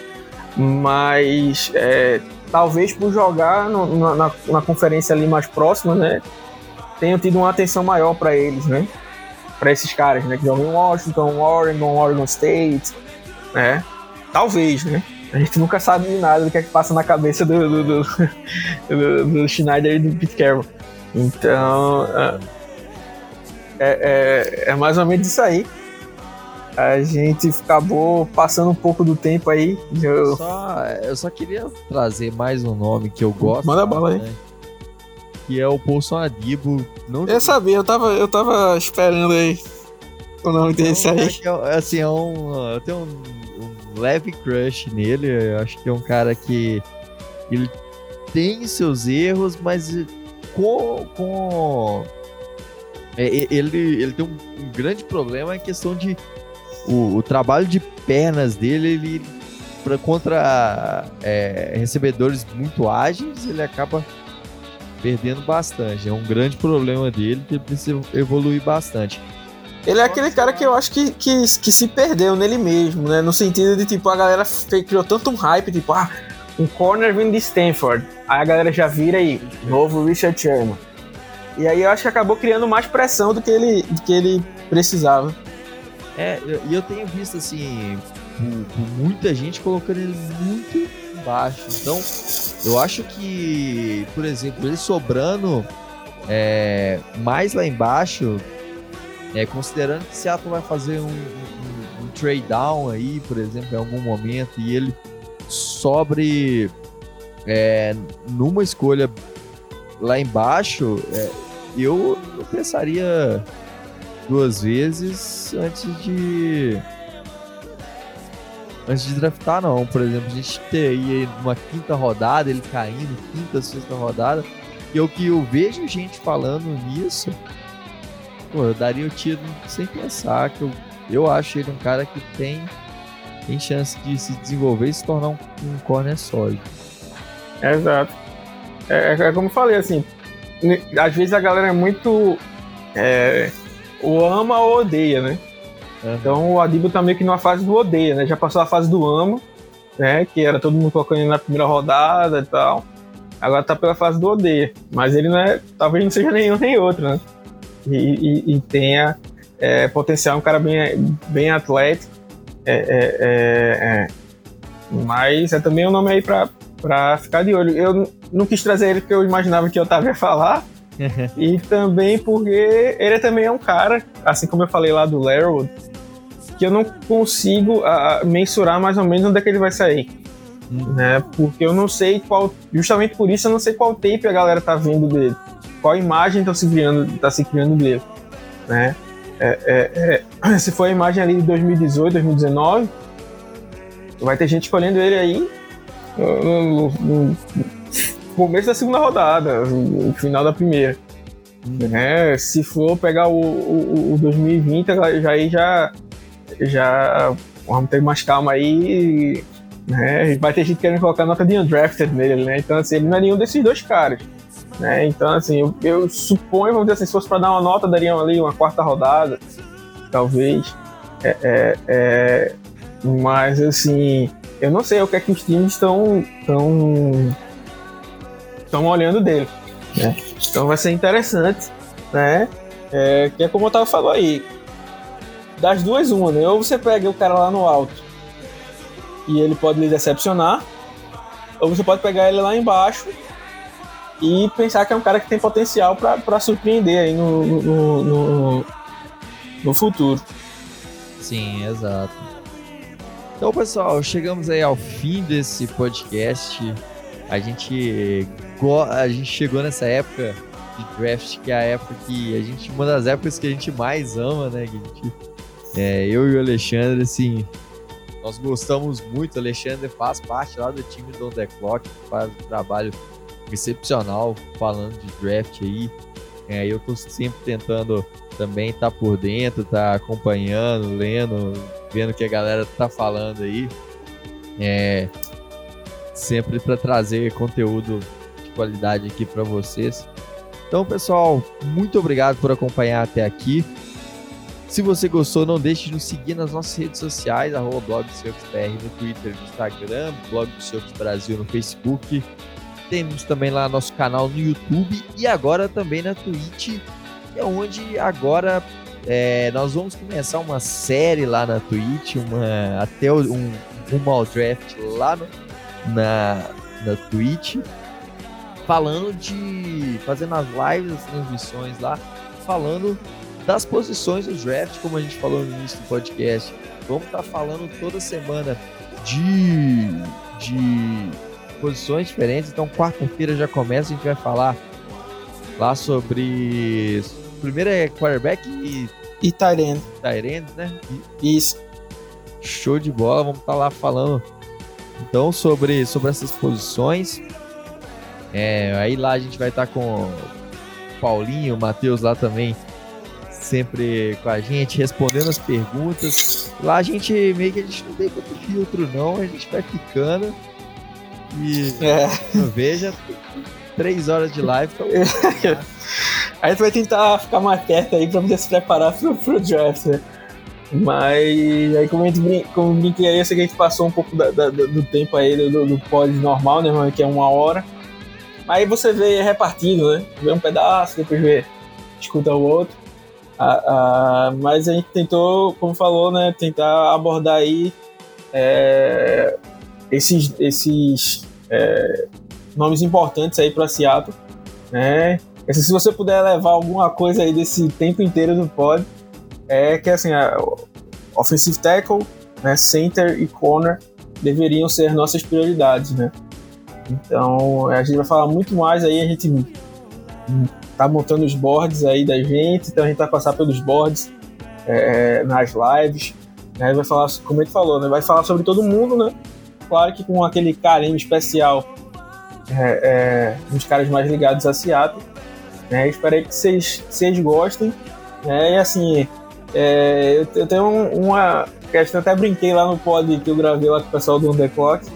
mas é, talvez por jogar no, na, na conferência ali mais próxima, né, tenham tido uma atenção maior para eles, né? Para esses caras, né? Que jogam em Washington, Oregon, Oregon State, né? Talvez, né? A gente nunca sabe de nada do que é que passa na cabeça do, do, do, do, do Schneider e do Pete Carroll. Então, é, é, é mais ou menos isso aí. A gente acabou passando um pouco do tempo aí. Eu só, eu só queria trazer mais um nome que eu gosto. Manda bala aí. Né? Que é o Paulson Adibo. Não... Eu sabia, eu tava, eu tava esperando aí o nome desse aí. É, assim, é um, eu tenho um, um leve crush nele. Eu acho que é um cara que ele tem seus erros, mas com, com é, ele, ele tem um, um grande problema em questão de o, o trabalho de pernas dele. Ele pra, contra é, recebedores muito ágeis, ele acaba perdendo bastante. É um grande problema dele que ele precisa evoluir bastante. Ele é aquele cara que eu acho que, que, que se perdeu nele mesmo, né? No sentido de, tipo, a galera criou tanto um hype, tipo, ah, um corner vindo de Stanford. Aí a galera já vira aí, novo Richard Sherman. E aí eu acho que acabou criando mais pressão do que ele, do que ele precisava. É, e eu, eu tenho visto, assim, por, por muita gente colocando ele muito baixo. Então, eu acho que, por exemplo, ele sobrando é, mais lá embaixo, é, considerando que Seattle vai fazer um, um, um trade down aí, por exemplo, em algum momento, e ele sobre é, numa escolha lá embaixo, é, eu, eu pensaria duas vezes antes de antes de draftar, não. Por exemplo, a gente ter aí uma quinta rodada, ele caindo, quinta, sexta rodada, e o que eu vejo gente falando nisso, pô, eu daria o tiro sem pensar, que eu, eu acho ele um cara que tem, tem chance de se desenvolver e se tornar um, um corner sólido. Exato. É, é como eu falei, assim, às vezes a galera é muito é, o ama ou odeia, né? Uhum. Então o Adebo tá meio que numa fase do odeia, né? Já passou a fase do ama, né? Que era todo mundo colocando ele na primeira rodada e tal. Agora tá pela fase do odeia. Mas ele não é, talvez não seja nenhum nem outro, né? E, e, e tenha é, potencial, um cara bem, bem atlético. É, é, é, é. Mas é também um nome aí pra, pra ficar de olho. Eu não quis trazer ele porque eu imaginava que eu tava a falar. E também porque ele também é um cara, assim como eu falei lá do Leroy, que eu não consigo uh, mensurar mais ou menos onde é que ele vai sair. Hum. Né? Porque eu não sei qual, justamente por isso eu não sei qual tape a galera tá vendo dele, qual imagem tá se criando, tá se criando dele, né? É, é, é, se for a imagem ali de dois mil e dezoito, dois mil e dezenove, vai ter gente escolhendo ele aí no, no, no começo da segunda rodada, no final da primeira. Hum. É, se for pegar o, o, o dois mil e vinte, já aí já, já vamos ter mais calma aí, né? Vai ter gente querendo colocar nota de undrafted nele, né? Então, assim, ele não é nenhum desses dois caras, né? Então, assim, eu, eu suponho, vamos dizer assim, se fosse para dar uma nota, daria ali uma quarta rodada, talvez. É, é, é, mas, assim, eu não sei o que é que os times estão estão estão olhando dele, né? Então vai ser interessante, né? É, que é como eu tava falando aí, das duas uma, né? Ou você pega o cara lá no alto e ele pode lhe decepcionar, ou você pode pegar ele lá embaixo e pensar que é um cara que tem potencial para surpreender aí no, no, no, no futuro. Sim, exato. Então, pessoal, chegamos aí ao fim desse podcast. A gente, a gente chegou nessa época de draft, que é a época que a gente, uma das épocas que a gente mais ama, né? Que a gente, é, eu e o Alexandre, assim, nós gostamos muito. O Alexandre faz parte lá do time do On The Clock, faz um trabalho excepcional falando de draft aí. É, eu tô sempre tentando também estar tá por dentro, estar tá acompanhando, lendo, vendo o que a galera tá falando aí. É, sempre para trazer conteúdo de qualidade aqui para vocês. Então, pessoal, muito obrigado por acompanhar até aqui. Se você gostou, não deixe de nos seguir nas nossas redes sociais, arroba blog do SeahawksBR no Twitter, no Instagram, blog do Seahawks Brasil no Facebook. Temos também lá nosso canal no YouTube e agora também na Twitch, é onde agora é, nós vamos começar uma série lá na Twitch, uma, até um, um all draft lá no, na, na Twitch, falando de, fazendo as lives, as transmissões lá, falando das posições do draft, como a gente falou no início do podcast. Vamos estar falando toda semana de, de posições diferentes, então quarta-feira já começa, a gente vai falar lá sobre, primeiro é quarterback e e tight end, tight end, né? E, isso. Show de bola, vamos estar lá falando então sobre, sobre essas posições. É, aí lá a gente vai estar com o Paulinho, o Matheus lá também, sempre com a gente, respondendo as perguntas. Lá a gente meio que a gente não tem muito filtro não, a gente vai ficando e é. Veja, três horas de live. Então, A gente vai tentar ficar mais perto aí pra poder se preparar pro, pro draft, né? Mas aí, como a gente brin- como brinquei aí, eu sei que a gente passou um pouco da, da, do tempo aí do, do pod normal, né, que é uma hora. Aí você vê repartindo, né? Vê um pedaço, depois vê, escuta o outro. Ah, ah, mas a gente tentou, como falou, né, tentar abordar aí é, esses, esses é, nomes importantes aí para Seattle, né? Se você puder levar alguma coisa aí desse tempo inteiro do pod, é que assim, a offensive tackle, né, center e corner deveriam ser nossas prioridades, né? Então a gente vai falar muito mais aí, a gente tá montando os boards aí da gente, então a gente vai passar pelos boards é, nas lives, né? Vai falar, como ele falou, né? Vai falar sobre todo mundo, né? Claro que com aquele carinho especial é, é, uns caras mais ligados a Seattle, né? Espero aí que vocês, vocês gostem, né? E assim, é, eu, eu tenho um, uma questão, até brinquei lá no pod que eu gravei lá com o pessoal do On The Clock.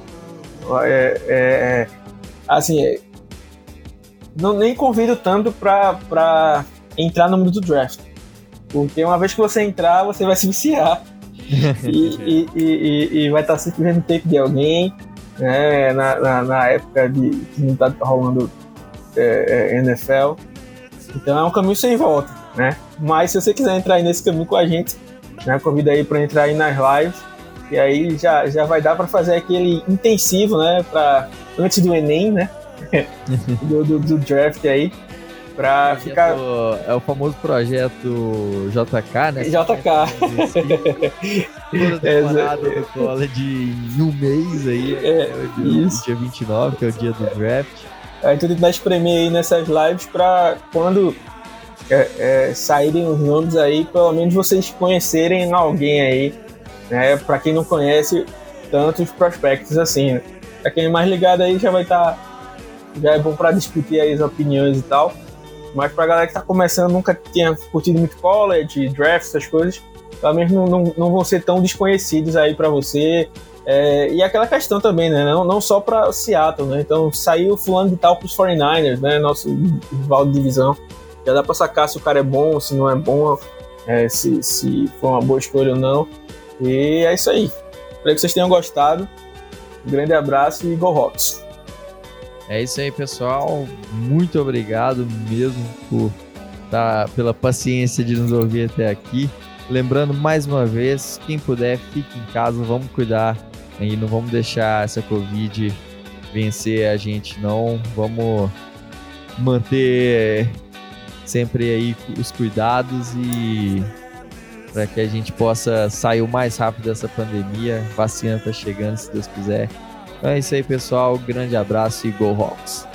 É, é, assim, é, não, nem convido tanto pra, pra entrar no mundo do draft, porque uma vez que você entrar, você vai se viciar e, e, e, e, e vai estar sempre vendo tape de alguém, né, na, na, na época de, que não tá rolando é, é, N F L. Então é um caminho sem volta, né? Mas se você quiser entrar aí nesse caminho com a gente, né, convido aí para entrar aí nas lives, e aí já, já vai dar para fazer aquele intensivo, né, pra, antes do Enem, né, do, do, do draft aí, para ficar... É o famoso projeto J K, né? J K. Toda temporada do college em um mês aí, é, é o dia, isso. dia vinte e nove, que é o dia do draft. Aí tu tentar espremer aí nessas lives para quando é, é, saírem os nomes aí, pelo menos vocês conhecerem alguém aí, né? Para quem não conhece tantos prospectos assim, né? Pra quem é mais ligado aí já vai estar, tá, já é bom para discutir aí as opiniões e tal. Mas pra galera que tá começando, nunca tinha curtido muito college, draft, essas coisas, pelo menos não, não, não vão ser tão desconhecidos aí para você. É, e aquela questão também, né? Não, não só para Seattle, né? Então saiu fulano de tal pros quarenta e nine ers, né? Nosso rival de divisão. Já dá para sacar se o cara é bom, se não é bom, é, se, se foi uma boa escolha ou não. E é isso aí. Espero que vocês tenham gostado. Um grande abraço e Go Hawks! É isso aí, pessoal. Muito obrigado mesmo por tá, pela paciência de nos ouvir até aqui. Lembrando mais uma vez, quem puder, fique em casa, vamos cuidar e não vamos deixar essa Covid vencer a gente, não. Vamos manter sempre aí os cuidados e para que a gente possa sair o mais rápido dessa pandemia. A vacina está chegando, se Deus quiser. Então é isso aí, pessoal. Grande abraço e Go Hawks!